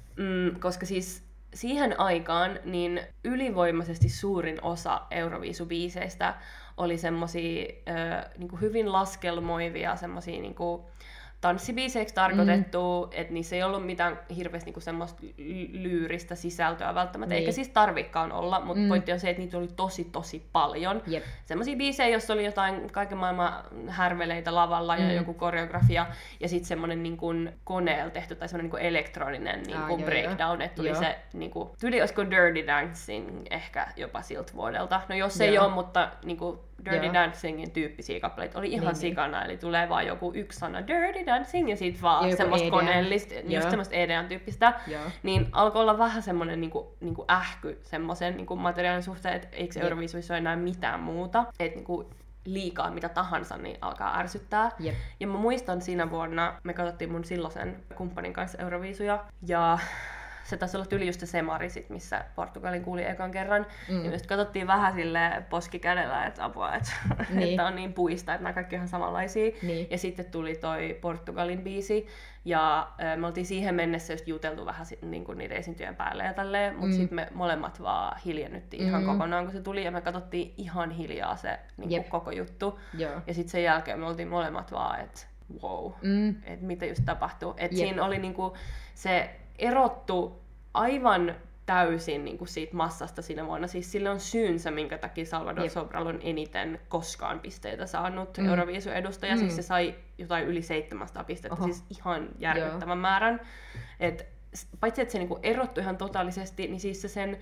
Mm, koska siis siihen aikaan niin ylivoimaisesti suurin osa Euroviisubiiseistä oli semmosia ö, niinku hyvin laskelmoivia, semmosia niinku tanssibiiseiksi tarkoitettu, mm. että niissä ei ollut mitään hirveästi niinku semmoista lyyristä sisältöä välttämättä, niin. eikä siis tarvikaan olla, mutta mm. pointti on se, että niitä oli tosi tosi paljon. Yep. Semmoisia biisejä, joissa oli jotain kaiken maailman härveleitä lavalla mm. ja joku koreografia, ja sitten semmoinen niinku koneella tehty tai semmoinen niinku elektroninen niinku ah, breakdown, että tuli joo. se, niinku, tuli olisiko Dirty Dancing ehkä jopa siltä vuodelta. No jos ei ole, mutta niinku Dirty Joo. Dancingin tyyppisiä kappaleita oli ihan niin, sikana, eli tulee vaan joku yksi sana Dirty Dancing ja sit vaan semmoista koneellista, just semmoista E D M-tyyppistä, Joo. niin alkoi olla vähän semmoinen niinku, niinku ähky semmoisen niinku materiaalin suhteen, että eikö Euroviisuissa ole enää mitään muuta, että niinku liikaa mitä tahansa, niin alkaa ärsyttää. Jep. Ja mä muistan siinä vuonna, me katsottiin mun silloisen kumppanin kanssa Euroviisuja, ja se taisi olla tyli just se semari, sit, missä Portugalin kuuli ekan kerran. Mm. Ja me katsottiin vähän silleen poskikädellä, että apua, että niin. että on niin puista, että nämä kaikki on ihan samanlaisia. Niin. Ja sitten tuli toi Portugalin biisi. Ja äh, me oltiin siihen mennessä just juteltu vähän niin kuin niiden esiintyjen päälle ja tälleen. Mutta mm. sitten me molemmat vaan hiljennyttiin mm. ihan kokonaan, kun se tuli. Ja me katsottiin ihan hiljaa se niin kuin koko juttu. Joo. Ja sitten sen jälkeen me oltiin molemmat vaan, että wow, mm. että mitä just tapahtuu. Että siinä oli niinku se erottu aivan täysin niin kuin siitä massasta siinä vuonna. Siis sillä on syynsä, minkä takia Salvador Jep. Sobral on eniten koskaan pisteitä saanut mm. Euroviisu-edustaja. Mm. Siis se sai jotain yli seitsemänsataa pistettä, Oho. siis ihan järkyttävän Joo. määrän. Et, paitsi että se niin kuin erottui ihan totaalisesti, niin siis se sen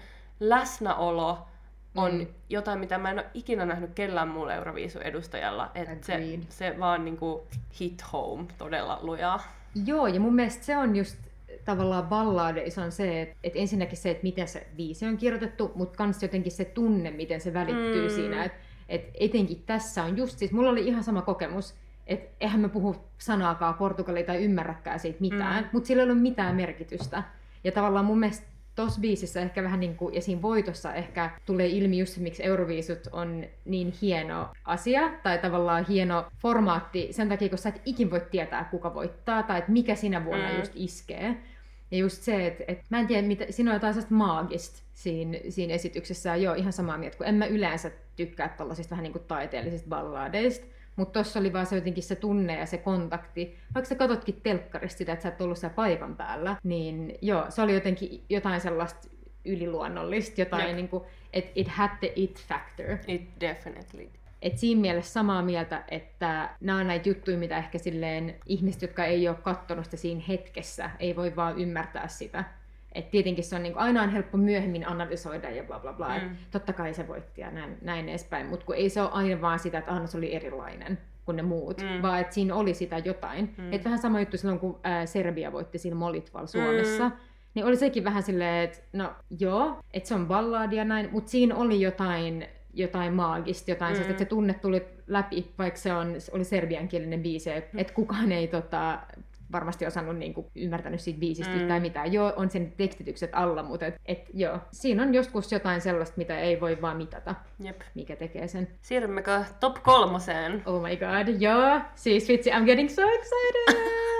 läsnäolo on mm. jotain, mitä mä en ole ikinä nähnyt kellään muulla Euroviisu-edustajalla. Et se, se vaan niin kuin hit home todella lujaa. Joo, ja mun mielestä se on just tavallaan balladeissa on se, että, että ensinnäkin se, että miten se biisi on kirjoitettu, mutta kans jotenkin se tunne, miten se välittyy mm. siinä. Että, että etenkin tässä on just siis, mulla oli ihan sama kokemus, että eihän mä puhu sanaakaan portugalia tai ymmärräkään siitä mitään, mm. mutta sillä ei ole mitään merkitystä. Ja tavallaan mun mielestä tossa biisissä ehkä vähän niin kuin, ja siinä voitossa ehkä tulee ilmi just se, miksi Euroviisut on niin hieno asia, tai tavallaan hieno formaatti sen takia, kun sä et ikin voi tietää, kuka voittaa, tai että mikä sinä vuonna mm. just iskee. Ja just se, että, että mä en tiedä, mitä, siinä on jotain sellaista maagista siinä, siinä esityksessä, ja joo, ihan samaa mieltä, kun en mä yleensä tykkää tällaisista vähän niin kuin taiteellisista balladeista, mutta tossa oli vaan se jotenkin se tunne ja se kontakti. Vaikka sä katsotkin telkkarista sitä, että sä et ollut siellä paikan päällä, niin joo, se oli jotenkin jotain sellaista yliluonnollista, jotain yep. niin kuin, että it had the it factor. It definitely. Et siinä mielessä samaa mieltä, että nämä on näitä juttuja, mitä ehkä silleen ihmiset, jotka ei ole katsonut sitä siinä hetkessä, ei voi vaan ymmärtää sitä. Et tietenkin se on niin kuin, aina on helppo myöhemmin analysoida ja bla bla bla. Mm. Totta kai se voitti ja näin, näin edespäin, mutta ei se ole aina vaan sitä, että Anna se oli erilainen kuin ne muut, mm. vaan että siinä oli sitä jotain. Mm. Et vähän sama juttu silloin, kun ää, Serbia voitti siinä Molitval Suomessa, mm. niin oli sekin vähän silleen, että no joo, että se on balladia näin, mutta siinä oli jotain, jotain maagista, jotain mm. sellaista, että se tunne tuli läpi, vaikka se on, oli serbiankielinen biisi, mm. että kukaan ei tota, varmasti osannut niinku, ymmärtänyt siitä biisistä mm. tai mitään. Joo, on sen tekstitykset alla, mutta et, et, joo. Siinä on joskus jotain sellaista, mitä ei voi vaan mitata, Jep. mikä tekee sen. Siirrymmekö top kolmoseen? Oh my god, joo. Siis vitsi, I'm getting so excited!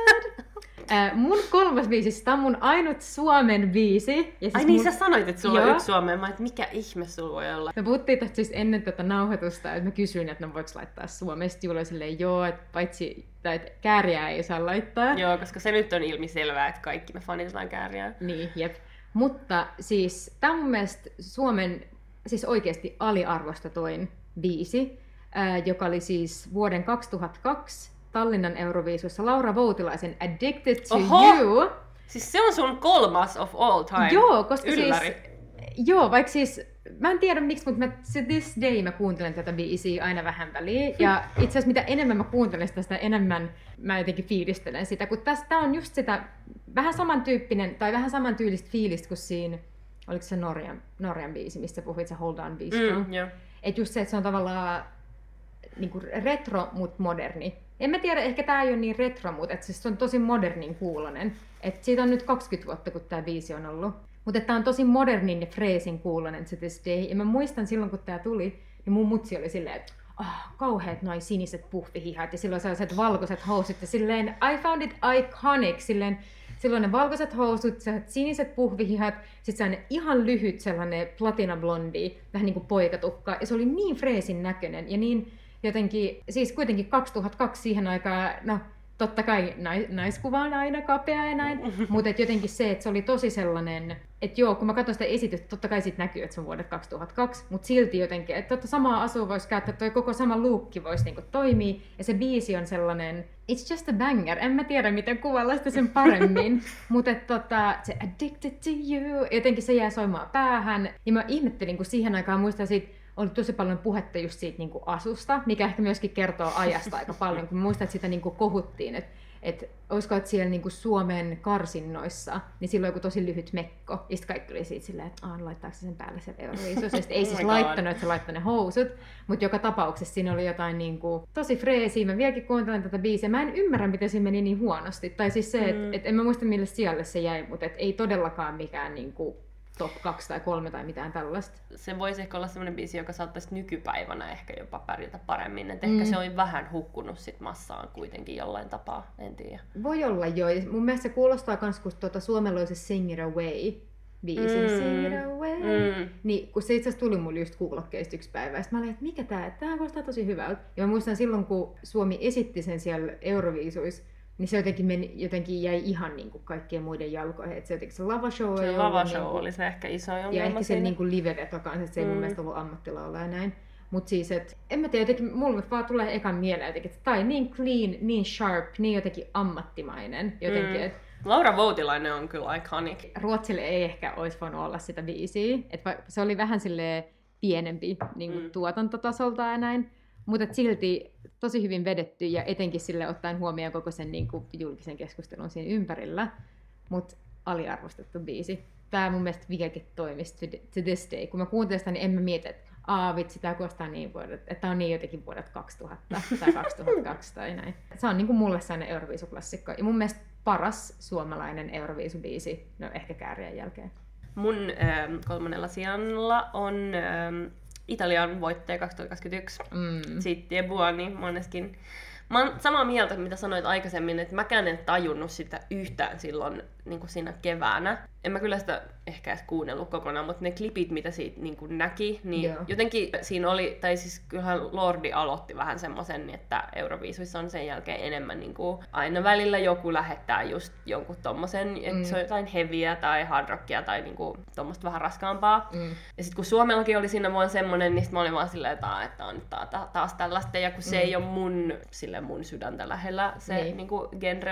Äh, mun kolmas biisi, tämä on mun ainut Suomen biisi. Ja siis Ai niin, mun... sä sanoit, että sulla Joo. on yksi Suomeen. Mä et, mikä ihme sulla voi olla? Me puhuttiin tästä siis ennen tätä nauhoitusta, että mä kysyin, että no voiko laittaa Suomesta. Juuri silleen, joo, että paitsi tai että kääriää ei saa laittaa. Joo, koska se nyt on ilmiselvää, että kaikki me fanitetaan kääriää. Niin, jep. Mutta siis tämä on mun mielestä Suomen siis oikeasti aliarvostetuin biisi, ää, joka oli siis vuoden kaksituhattakaksi Tallinnan Euroviisussa Laura Voutilaisen Addicted to Oho! You. Siis se on sun kolmas of all time. Joo, koska Ylläri. siis... Joo, vaikka siis... Mä en tiedä miksi, mutta mä, se this day mä kuuntelen tätä biisiä aina vähän väliin. Ja itse asiassa mitä enemmän mä kuuntelen sitä, sitä enemmän mä jotenkin fiilistelen sitä. Kun tästä on just sitä vähän samantyyppinen, tai vähän samantyylistä fiilistä kuin siinä... Oliko se Norjan, Norjan biisi, mistä puhuit, se Hold On biisi? Mm, yeah. Että just se, että se on tavallaan niin kuin retro, mutta moderni. En mä tiedä, ehkä tää ei ole niin retro, mutta et siis se on tosi modernin kuulonen. Et siitä on nyt kaksikymmentä vuotta, kun tää biisi on ollut. Mutta tää on tosi modernin ja freesin kuulonen to this day. Ja mä muistan silloin, kun tää tuli, niin mun mutsi oli silleen, että oh, kauheat noi siniset puhvihihat ja silloin sellaiset valkoiset housut. Ja silleen, I found it iconic. Silleen, silloin ne valkoiset housut, sellaiset siniset puhvihihat, sit sellainen ihan lyhyt sellainen platinablondi, vähän niin kuin poikatukka. Ja se oli niin freesin näköinen ja niin jotenkin, siis kuitenkin kaksituhattakaksi siihen aikaan, no totta kai nais, naiskuva on aina kapea ja näin, mutta jotenkin se, että se oli tosi sellainen, että joo, kun mä katson sitä esitystä, totta kai siitä näkyy, että se on vuodet kaksituhattakaksi, mutta silti jotenkin, että totta samaa asua voisi käyttää, toi koko sama luukki voisi niinku toimia, ja se biisi on sellainen, it's just a banger, en mä tiedä miten kuvalla sitä sen paremmin, mutta tota, se Addicted to You, jotenkin se jää soimaan päähän, ja mä ihmettelin, kun siihen aikaan muistan siitä, oli tosi paljon puhetta just siitä niin kuin asusta, mikä ehkä myöskin kertoo ajasta aika paljon, kun muistan, että sitä niin kuin kohuttiin, että, että olisiko, että siellä niin kuin Suomen karsinnoissa, niin silloin joku tosi lyhyt mekko, ja sitten kaikki oli siitä silleen, että aah, laittaako se sen päälle se Euroviisussa, ja sitten ei Oh siis my God. laittanut, että se laittoi ne housut, mutta joka tapauksessa siinä oli jotain niin kuin, tosi freesiä, mä vieläkin kuuntelen tätä biisiä, mä en ymmärrä, miten se meni niin huonosti, tai siis se, että Mm. et en mä muista mille sijalle se jäi, mutta et ei todellakaan mikään niin kuin, top kaksi tai kolme tai mitään tällaista. Se voisi ehkä olla semmoinen biisi, joka saattaisi nykypäivänä ehkä jopa pärjätä paremmin. Et ehkä Mm. se on vähän hukkunut sit massaan kuitenkin jollain tapaa, en tiedä. Voi olla joo. Ja mun mielestä se kuulostaa myös, kun tuota Suomella oli se Sing It Away biisi. Mm. Sing It Away. Mm. Niin, kun se itse asiassa tuli mulle just kuulokkeista yksi päivä. Ja sit mä olin, että mikä tää, että tää kuulostaa tosi hyvältä. Ja mä muistan silloin, kun Suomi esitti sen siellä Euroviisuissa, niin se jotenkin, meni, jotenkin jäi ihan niin kuin kaikkien muiden jalkoihin. Et se jotenkin se lavashow Se ei lavashow ollut, niin oli se ehkä iso ongelma ja ehkä se siinä. niin kuin live-veto kanssa, että se ei Mm. mun mielestä ollut ammattilaula ja näin. Mutta siis, että en mä tiedä, jotenkin mulle vaan tulee ekan mieleen jotenkin, että tai niin clean, niin sharp, niin jotenkin ammattimainen. Jotenkin, Mm. että Laura Voutilainen on kyllä iconic. Ruotsille ei ehkä olisi voinut olla sitä biisiä. Että se oli vähän silleen pienempi niin kuin Mm. tuotantotasolta ja näin. Mutta silti tosi hyvin vedetty ja etenkin sille ottaen huomioon koko sen niin kuin julkisen keskustelun siinä ympärillä. Mutta aliarvostettu biisi. Tämä mun mielestä vieläkin toimisi to, to this day. Kun mä kuuntelen sitä, niin en mä mieti, että aa vitsi, tää kuulostaa niin vuodet, että tää on niin jotenkin vuodet kaksituhatta tai kaksituhattakaksi tai näin. Se on niin kuin mulle sellainen Euroviisuklassikko. Ja mun mielestä paras suomalainen Euroviisubiisi, no ehkä Käärien jälkeen. Mun ähm, kolmannella sijalla on ähm, Italian voittaja kaksituhattakaksikymmentäyksi. Mm. Sitten Buoni moneskin. Mä oon samaa mieltä, mitä sanoit aikaisemmin, että mäkään en tajunnut sitä yhtään silloin niin kuin siinä keväänä. En mä kyllä sitä ehkä edes kuunnellut kokonaan, mutta ne klipit, mitä siitä niin kuin näki, niin Joo. jotenkin siinä oli, tai siis kyllähän Lordi aloitti vähän semmoisen, että Euroviisuissa on sen jälkeen enemmän niin kuin, aina välillä joku lähettää just jonkun tommosen, että Mm. se on jotain heavyä tai hard rockia tai niin kuin, tommoista vähän raskaampaa. Mm. Ja sitten kun Suomellakin oli siinä vuonna semmonen, niin sit mä olin vaan silleen, että, että on nyt taas, taas tällaista. Ja kun se Mm. ei ole mun, sille mun sydäntä lähellä, se Niin. niinku genre of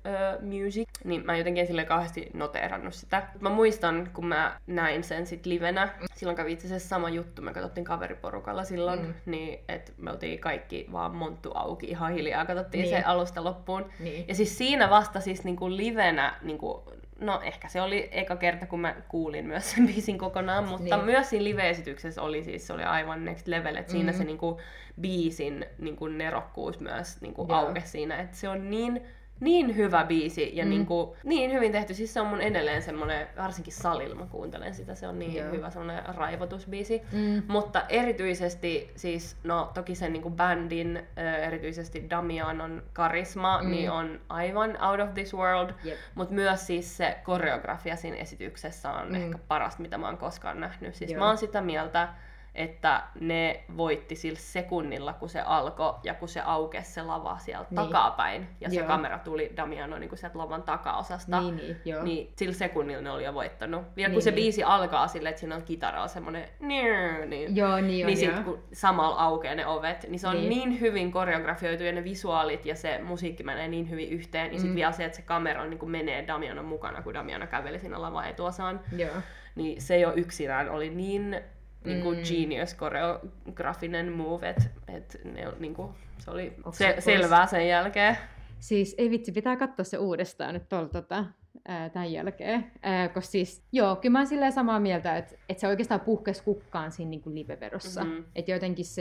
uh, Music, niin mä jotenkin sille kauheasti noteerannut sitä. Mä muistan, kun mä näin sen sit livenä, silloin kävi itse asiassa sama juttu, me katsottiin kaveriporukalla silloin, mm. niin että me oltiin kaikki vaan monttu auki ihan hiljaa, katsottiin niin. se alusta loppuun. Niin. Ja siis siinä vasta siis niinku livenä, niinku, no ehkä se oli eka kerta, kun mä kuulin myös sen biisin kokonaan, mutta niin. myös siinä live-esityksessä oli siis se oli aivan next level, että siinä mm-hmm. se niinku biisin niinku nerokkuus myös niinku aukesi siinä, että se on niin niin hyvä biisi ja mm. niinku, niin hyvin tehty. Siis se on mun edelleen semmonen, varsinkin salilla mä kuuntelen sitä, se on niin yeah. hyvä semmonen raivotusbiisi. Mm. Mutta erityisesti siis, no toki sen niinku bändin, erityisesti Damianon karisma, mm. niin on aivan out of this world. Yep. Mutta myös siis se koreografia siinä esityksessä on mm. ehkä parasta, mitä mä oon koskaan nähnyt. Siis yeah. mä oon sitä mieltä, että ne voitti sillä sekunnilla, kun se alkoi ja kun se aukesi se lava sieltä niin. takapäin ja se joo. kamera tuli Damiano niin sieltä lavan takaosasta, niin, niin, joo. niin sillä sekunnilla ne oli jo voittanut. Vielä niin, kun se niin. biisi alkaa silleen, että siinä on kitaralla semmoinen niin, joo, niin, niin sitten kun samalla aukeaa ne ovet, niin se on niin. niin hyvin koreografioitu ja ne visuaalit ja se musiikki menee niin hyvin yhteen, niin sitten mm. vielä se, että se kamera niin kuin menee Damianon mukana, kun Damiano käveli siinä lavan etuosaan, joo. niin se jo yksinään oli niin niinku mm. genius koreografinen move, että et niinku, se oli se, selvää sen jälkeen. Siis ei vitsi, pitää katsoa se uudestaan nyt tuolla tota, tämän jälkeen. Ää, koska siis, joo, kyllä mä oon silleen samaa mieltä, että et se oikeastaan puhkesi kukkaan siinä niinku live-vedossa. Mm-hmm. Että jotenkin se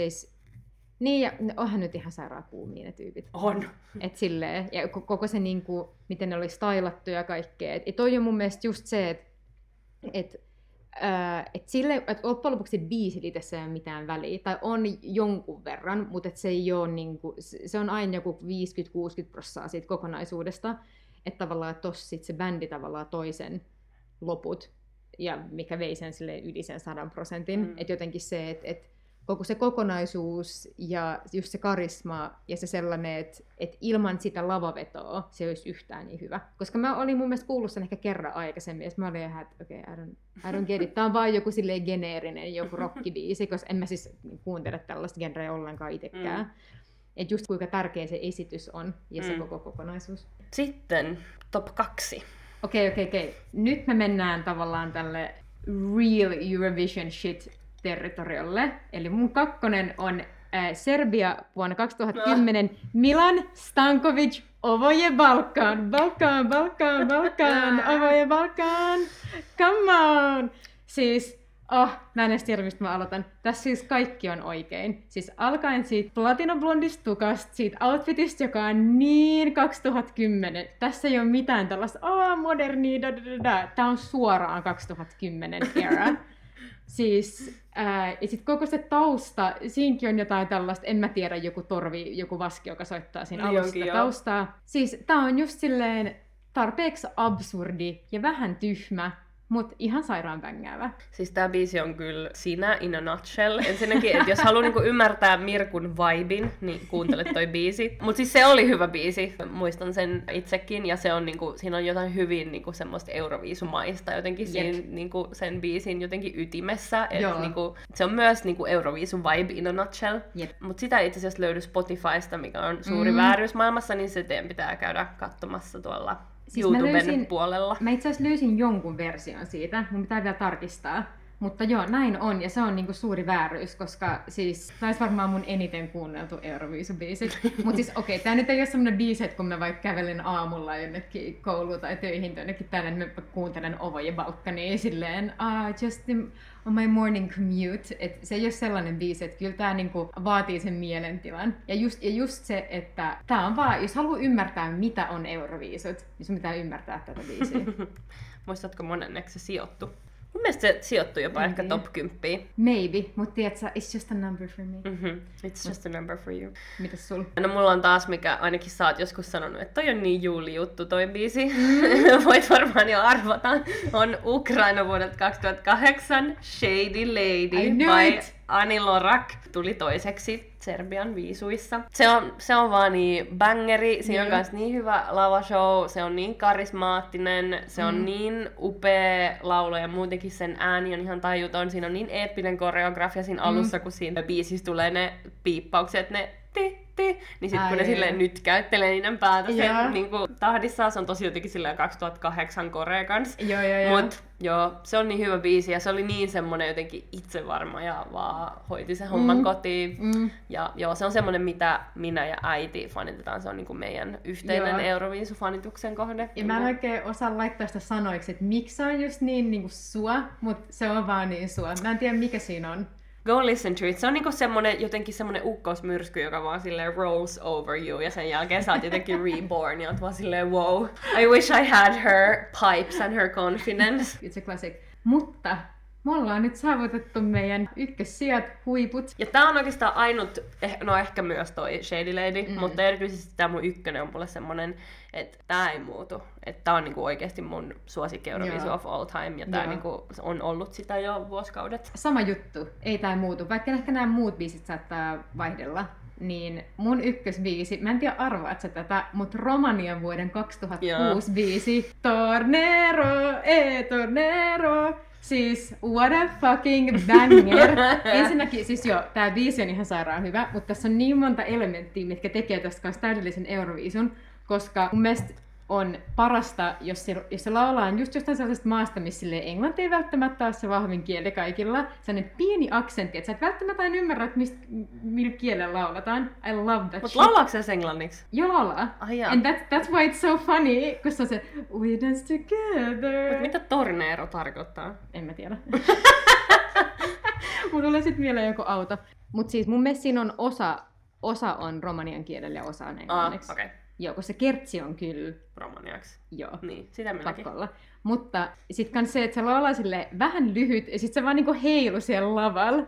niin, ja onhan nyt ihan sairaan kuumia ne tyypit. On. Et silleen, ja koko se niinku, miten ne oli stylattu ja kaikkea. Et, et toi on mun mielestä just se, että et, Uh, että sille, et loppujen lopuksi se biisi itse ei ole mitään väliä, tai on jonkun verran, mutta et se ei ole niinku, se on aina joku viisikymmentä kuusikymmentä prosenttia siitä kokonaisuudesta, että tavallaan tossa sit se bändi tavallaan toisen loput, ja mikä vei sen sille yli sen sadan prosentin, mm. että jotenkin se, että et koko se kokonaisuus ja just se karisma ja se sellainen, että et ilman sitä lavavetoa se olisi yhtään niin hyvä. Koska mä olin mun mielestä kuullut sen ehkä kerran aikaisemmin, ja mä olin ihan, että okei, okay, I, don't, I don't get it. Tää on vaan joku silleen geneerinen, joku rockibiisi, koska en mä siis kuuntele tällaista genreä ollenkaan itsekään. Mm. Että just kuinka tärkeä se esitys on ja se mm. koko kokonaisuus. Sitten top kaksi. Okei, okay, okei, okay, okei. Okay. Nyt me mennään tavallaan tälle real Eurovision shit territoriolle. Eli mun kakkonen on äh, Serbia vuonna kaksituhattakymmenen no. Milan Stankovic, Ovo je Balkan, Balkan, Balkan, Balkan, Ovo je Balkan, come on! Siis, oh, mä en edes tiedä, mistä mä aloitan. Tässä siis kaikki on oikein. Siis alkaen siitä platinoblondista tukasta, siitä outfitista, joka on niin kaksituhattakymmenen. Tässä ei ole mitään tällaista, oh, modernia, da, da, da, da. Tää on suoraan kaksituhattakymmenen era. Siis, ää, ja sit koko se tausta, siinkin on jotain tällaista, en mä tiedä, joku torvi, joku vaski, joka soittaa siinä no, alusta taustaa. Siis tää on just silleen tarpeeksi absurdi ja vähän tyhmä, mut ihan sairaan bängäävä. Siis tää biisi on kyllä sinä in a nutshell. Ensinnäkin, että jos haluaa niinku ymmärtää Mirkun vibin, niin kuuntele toi biisi. Mut siis se oli hyvä biisi, muistan sen itsekin, ja se on niinku, siinä on jotain hyvin niinku semmoista euroviisumaista jotenkin siinä, niinku, sen biisin jotenkin ytimessä. Et, niinku, se on myös niinku euroviisun vibe in a nutshell. Jep. Mut sitä itse asiassa löydy Spotifysta, mikä on suuri mm. vääryys maailmassa, niin se teidän pitää käydä katsomassa tuolla siis YouTuben mä löysin, puolella. Mä itse asiassa löysin jonkun version siitä, mun pitää vielä tarkistaa. Mutta joo, näin on, ja se on niinku suuri vääryys, koska siis taisi varmaan mun eniten kuunneltu Euroviisu-biisi. Mutta siis okei, okay, tää nyt ei ole semmonen biisi, että kun mä vaikka kävelen aamulla jonnekin kouluun tai töihin tai jonnekin tänne, niin mä kuuntelen Ovo je Balkania silleen, ah, just on my morning commute. Et se ei ole sellainen biisi, että kyllä tää niinku vaatii sen mielentilan. Ja just, ja just se, että tää on vaan, jos haluaa ymmärtää, mitä on Euroviisut, niin sun pitää ymmärtää tätä biisiä. Muistatko monenneksi se sijoittu? Mun mielestä se sijoittui jopa mm-hmm. ehkä top kymmenen. Maybe, mutta tiedätkö, it's just a number for me. Mm-hmm. It's just a number for you. Mitäs sul? No mulla on taas, mikä ainakin sä oot joskus sanonut, että toi on niin Juuli juttu toi biisi. Mm. Voit varmaan jo arvata. On Ukraina vuodelta kaksituhattakahdeksan, Shady Lady by it. Ani Lorak. Tuli toiseksi Serbian viisuissa. Se on, se on vaan niin bangeri, siinä mm. on kans niin hyvä lavashow, se on niin karismaattinen, se on mm. niin upea laulu ja muutenkin sen ääni on ihan tajuton. Siinä on niin eeppinen koreografia siinä alussa, mm. kun siinä biisissä tulee ne piippaukset, ne ti, hitti, niin sit Ai kun ne joo. silleen nyt käyttelee niiden päätä Joo. sen niin kuin, tahdissaan, se on tosi jotenkin silleen kaksituhattakahdeksan Korea kanssa. Joo, joo, joo. Mut joo, se on niin hyvä biisi ja se oli niin semmonen jotenkin itsevarma ja vaan hoiti sen homman Mm. kotiin. Mm. Ja joo, se on semmonen, mitä minä ja äiti fanitetaan. Se on niinku meidän yhteinen Joo. Euroviisu-fanituksen kohde. Ja mä en oikein osaa laittaa sitä sanoiksi, että miksi se on just niin, niin kuin sua, mutta se on vaan niin sua. Mä en tiedä, mikä siinä on. Go listen to it. Se on niinku semmonen, jotenkin semmonen ukkousmyrsky, joka vaan silleen rolls over you, ja sen jälkeen sä oot jotenkin reborn, ja oot vaan silleen wow. I wish I had her pipes and her confidence. It's a classic. Mutta me ollaan nyt saavutettu meidän ykkössijat, huiput. Ja tää on oikeastaan ainut, eh, no ehkä myös toi Shady Lady, mm. mutta erityisesti tää mun ykkönen on mulle semmonen, että tää ei muutu. Että tää on niinku oikeesti mun suosikki Euroviisu of all time, ja tää Joo. niinku on ollut sitä jo vuosikaudet. Sama juttu, ei tää muutu. Vaikka ehkä nämä muut biisit saattaa vaihdella, niin mun ykkösbiisi, mä en tiedä arvaat sä tätä, mutta Romanian vuoden kaksituhattakuusi Joo. biisi Tornero, e Tornero. Siis, what a fucking banger! Ensinnäkin, siis joo, tää biisi on ihan sairaan hyvä, mutta tässä on niin monta elementtiä, mitkä tekee tästä kanssa täydellisen Euroviisun, koska mun mielestä on parasta, jos se, jos se laulaa just jostain sellaisesta maasta, missä englanti ei välttämättä ole se vahvin kieli kaikilla. Sellainen pieni aksentti, että sä et välttämättä aina ymmärrä, että mistä, millä kielellä laulataan. I love that Mut shit. laulaako se englanniksi? Joo, laulaa. Ai jaa. And that's, that's why it's so funny, kun se on se We dance together. Mut mitä tornero tarkoittaa? En mä tiedä. Mun tulee sit mieleen joku auto. Mut siis mun mielestä siinä on osa, osa on romanian kielellä ja osa on Ah, englanniksi. okei. Okay. Joo, kun se kertsi on kyllä, Romaniaksi. joo. Niin, sitä minäkin. Pakko olla. Mutta sit kans se, että se laulaa sille vähän lyhyt, ja sit se vaan niinku heilu siellä lavalla.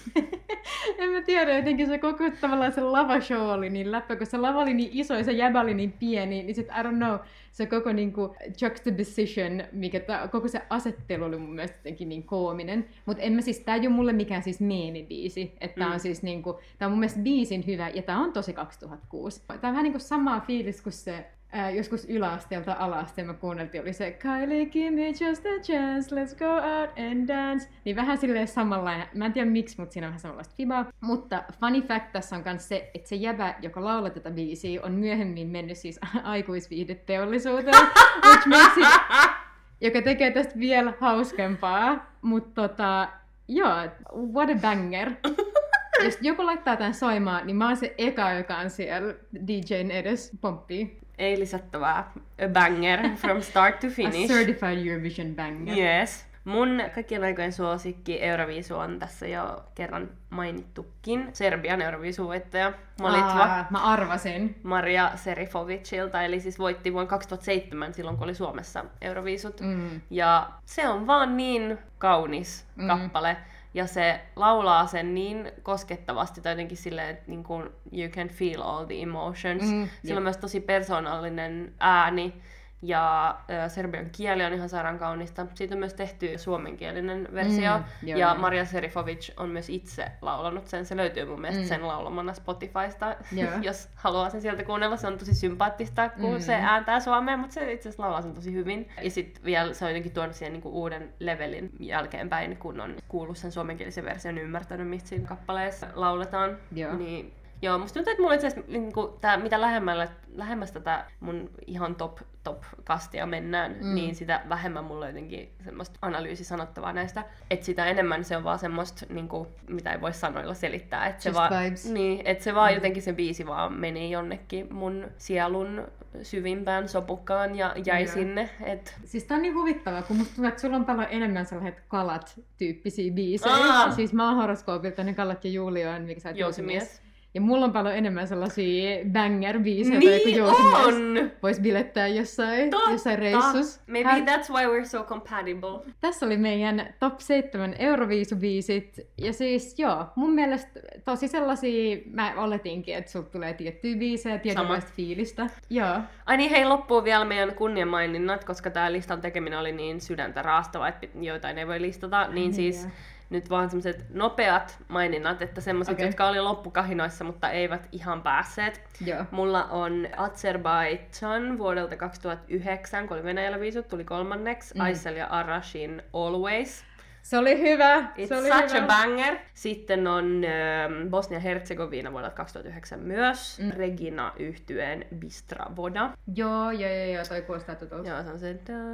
En mä tiedä, jotenkin se koko tavallaan se lavashow oli niin läppä, kun se lava oli niin iso ja se jäbä oli niin pieni, niin sit I don't know, se koko niinku juxtaposition, mikä ta, koko se asettelu oli mun mielestä jotenkin niin koominen. Mut en mä siis, tää ei oo mulle mikään siis meemibiisi, että tää on Mm. siis niinku, tää on mun mielestä biisin hyvä, ja tää on tosi kaksituhattakuusi. Tää on vähän niinku samaa fiilis kuin se, Ää, joskus yläasteelta ala-asteen mä kuunneltiin, oli se Kylie, give me just a chance, let's go out and dance. Niin vähän silleen samanlainen, mä en tiedä miksi, mutta siinä on vähän samanlaista fibaa. Mutta funny fact tässä on myös se, että se jäbä, joka laulaa tätä biisiä, on myöhemmin mennyt siis aikuisviihdeteollisuuteen, which makes it, joka tekee tästä vielä hauskempaa. Mutta tota, joo, what a banger. Jos joku laittaa tämän soimaan, niin mä oon se eka, joka on siellä D J:n edes pomppii. Ei lisättävää. A banger from start to A finish. certified Eurovision banger. Yes. Mun kaikkien aikojen suosikki Euroviisu on tässä jo kerran mainittukin. Serbian Euroviisu-voittaja Molitva. Aa, mä arvasin. Maria Serifovicilta, eli siis voitti vuonna kaksituhattaseitsemän silloin, kun oli Suomessa Euroviisut. Mm. Ja se on vaan niin kaunis Mm. kappale. Ja se laulaa sen niin koskettavasti, tai jotenkin silleen, että niin kuin you can feel all the emotions. Mm, Sillä jep. on myös tosi persoonallinen ääni, ja ä, serbian kieli on ihan sairaan kaunista. Siitä on myös tehty suomenkielinen versio, Mm, joo, ja joo. Maria Serifovic on myös itse laulanut sen. Se löytyy mun mielestä Mm. sen laulamana Spotifysta, Joo. jos haluaa sen sieltä kuunnella. Se on tosi sympaattista, kun Mm. se ääntää suomea, mutta se itse asiassa laulaa sen tosi hyvin. Ja sitten vielä se on jotenkin tuonut siihen niinku uuden levelin jälkeenpäin, kun on kuullut sen suomenkielisen version ja ymmärtänyt, mistä siinä kappaleessa lauletaan. Joo. Niin, joo, musta tuntuu, että mulla itse asiassa, niinku, tää, mitä lähemmällä, lähemmäs tätä mun ihan top, top kastia mennään, Mm. niin sitä vähemmän mulla on jotenkin semmoista analyysisanottavaa näistä. Että sitä enemmän se on vaan semmoista, niinku, mitä ei voi sanoilla selittää. Että se Just vaan, vibes. niin, että se vaan Mm. jotenkin se biisi vaan meni jonnekin mun sielun syvimpään sopukkaan ja jäi Joo. sinne. Et, Siis tää on niin huvittavaa, kun musta tuntuu, että sulla on paljon enemmän sellaiset kalat-tyyppisiä biisejä. Aa! Siis mä oon horoskoopilta ne Kalat ja Juuli on, mikä sä oot jousimies. Jousimies. Ja mulla on paljon enemmän sellaisia banger-biisejä, Niin joita joku jousimies on! vois bilettää jossain, Totta! jossain reissus. Maybe Hän- that's why we're so compatible. Tässä oli meidän top seitsemän Euroviisubiisit. Ja siis joo, mun mielestä tosi sellaisia, mä oletinkin, että sulta tulee tiettyjä biisejä, tietynlaista fiilistä. Joo. Ai niin, hei, loppuu vielä meidän kunniamaininnat, koska tämä listan tekeminen oli niin sydäntä raastavaa, että joitain ei voi listata, niin siis Joo. nyt vaan semmoiset nopeat maininnat, että semmoiset, Okei. jotka oli loppukahinoissa, mutta eivät ihan päässeet. Joo. Mulla on Azerbaijan vuodelta kaksituhattayhdeksän, kun oli Venäjällä viisut, tuli kolmanneksi, Mm. Aysel ja Arashin Always. Se oli hyvä. It's se oli such hyvä. a banger. Sitten on ähm, Bosnia-Herzegovina vuodelta kaksituhattayhdeksän myös. Mm. Regina yhtyeen Bistra Voda. Joo, joo, joo, joo, toi kuulostaa tutulta. Joo, se on se da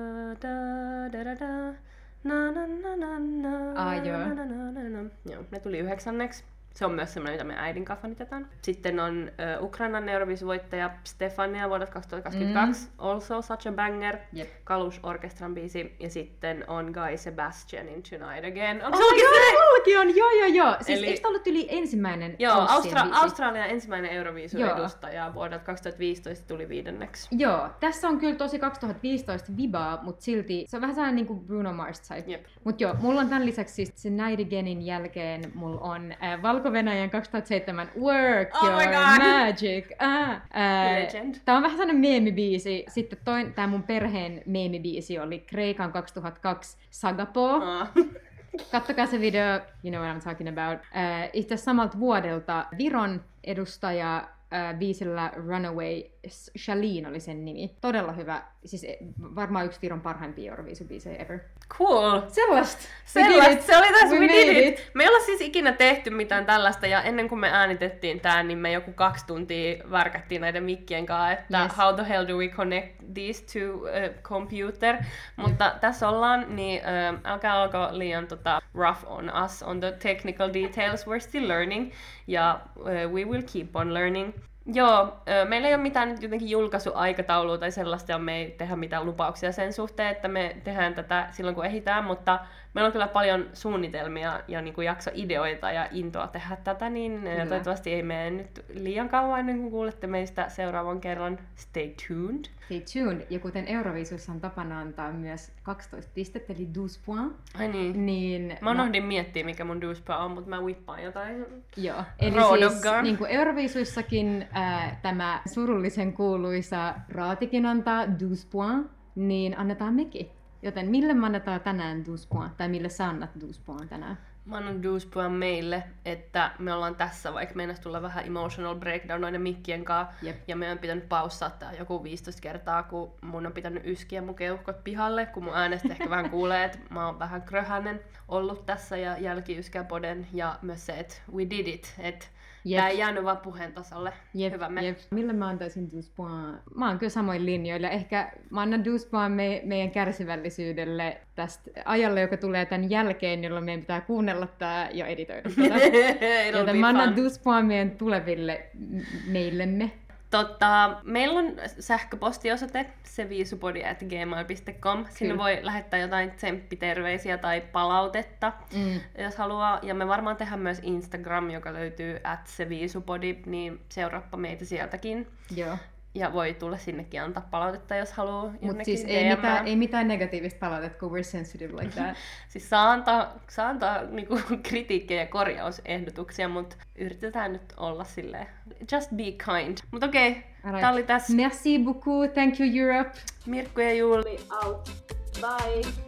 da da da da na na na na na. Ah, joo. Na, na, na, na, na. Joo, ne tuli yhdeksänneksi. Se on myös semmoinen, mitä me äidin kanssa fanitetaan. Sitten on uh, Ukrainan Euroviisuvoittaja Stefania vuodelta kaksituhattakaksikymmentäkaksi. Mm. Also such a banger. Yep. Kalush Orkestran biisi. Ja sitten on Guy Sebastianin Tonight Again. Onko oh my god, mullakin on! Joo, joo, joo. Siis Eli... eikö tää ollut yli ensimmäinen Joo, Australian Austra- biisi? Australian ensimmäinen Euroviisu-edustaja vuodelta kaksituhattaviisitoista tuli viidenneksi. Joo, tässä on kyllä tosi kaksituhattaviisitoista vibaa, mutta silti se on vähän sellainen niinku Bruno Mars type. Jep. Mut joo, mulla on tämän lisäksi siis se Night Againin jälkeen mulla on äh, Valko-Venäjän kaksituhattaseitsemän Work Oh Your my God. Magic. Ah, äh, Legend. tää on vähän sellainen meemibiisi. Sitten toin, tää mun perheen meemibiisi oli Kreikan kaksituhattakaksi Sagapo. Oh. Kattokaa se video, you know what I'm talking about. Äh, itse asiassa samalta vuodelta Viron edustaja äh, biisillä Runaway, Shaleen oli sen nimi. Todella hyvä, siis varmaan yksi Viron parhaimpia Euroviisu-biisejä ever. Cool. Sellaista! Sellaista, se oli tässä We We Did made It. Me ei olla siis ikinä tehty mitään tällaista, ja ennen kuin me äänitettiin tää, niin me joku kaksi tuntia värkättiin näiden mikkien kanssa, että Yes. how the hell do we connect these to uh, computer. Mutta tässä ollaan, niin uh, älkää olko liian tota, rough on us on the technical details, we're still learning, ja uh, we will keep on learning. Joo, meillä ei ole mitään nyt jotenkin julkaisuaikataulua tai sellaista, ja me ei tehdä mitään lupauksia sen suhteen, että me tehdään tätä silloin kun ehditään, mutta meillä on kyllä paljon suunnitelmia ja niin kuin jaksoideoita ja intoa tehdä tätä, niin kyllä. Toivottavasti ei mene nyt liian kauan ennen kuin kuulette meistä seuraavan kerran. Stay tuned! Stay tuned! Ja kuten Euroviisussa on tapana antaa myös kaksitoista pistettä, eli douze points. Ai niin. niin mä unohdin no, miettiä, mikä mun douze on, mutta mä whippaan jotain. Joo, eli siis niin kuin Euroviisuissakin ää, tämä surullisen kuuluisa Raatikin antaa douze points, niin annetaan mekin. Joten mille me annetaan tänään douze points, tai mille sä annat douze points tänään? Mä annan douze points meille, että me ollaan tässä, vaikka meinas tulla vähän emotional breakdown noiden mikkien kanssa. Yep. Ja me on pitänyt paussaa tää joku viisitoista kertaa, kun mun on pitänyt yskiä mun keuhkot pihalle, kun mun äänestä ehkä vähän kuulee, että mä oon vähän kröhänen ollut tässä ja jälkiyskää poden. Ja myös se, että we did it, että Jep. tää ei jäänyt vaan puheen tasolle. Jep, Hyvä me. jep. Millä mä antaisin douze points? Mä oon kyllä samoin linjoilla. Ehkä mä annan douze points me, meidän kärsivällisyydelle tästä ajalle, joka tulee tämän jälkeen, jolloin meidän pitää kuunnella tää ja editoida tätä. Joten mä annan douze points meidän tuleville meillemme. Totta, meillä on sähköpostiosoite seviisupodi at gmail dot com. Sinne Kyllä. voi lähettää jotain tsemppiterveisiä tai palautetta, mm. jos haluaa. Ja me varmaan tehdään myös Instagram, joka löytyy at seviisupodi, niin seuraappa meitä sieltäkin. Joo. Ja voi tulla sinnekin antaa palautetta, jos haluaa. Mutta siis ei mitään, ei mitään negatiivista palautetta, kun we're sensitive like that. Siis saa antaa, saa antaa niinku, kritiikkejä ja korjausehdotuksia, mutta yritetään nyt olla silleen, just be kind. Mutta okei, okay, tää oli tässä. Merci beaucoup, thank you Europe. Mirkku ja Juuli out. Bye!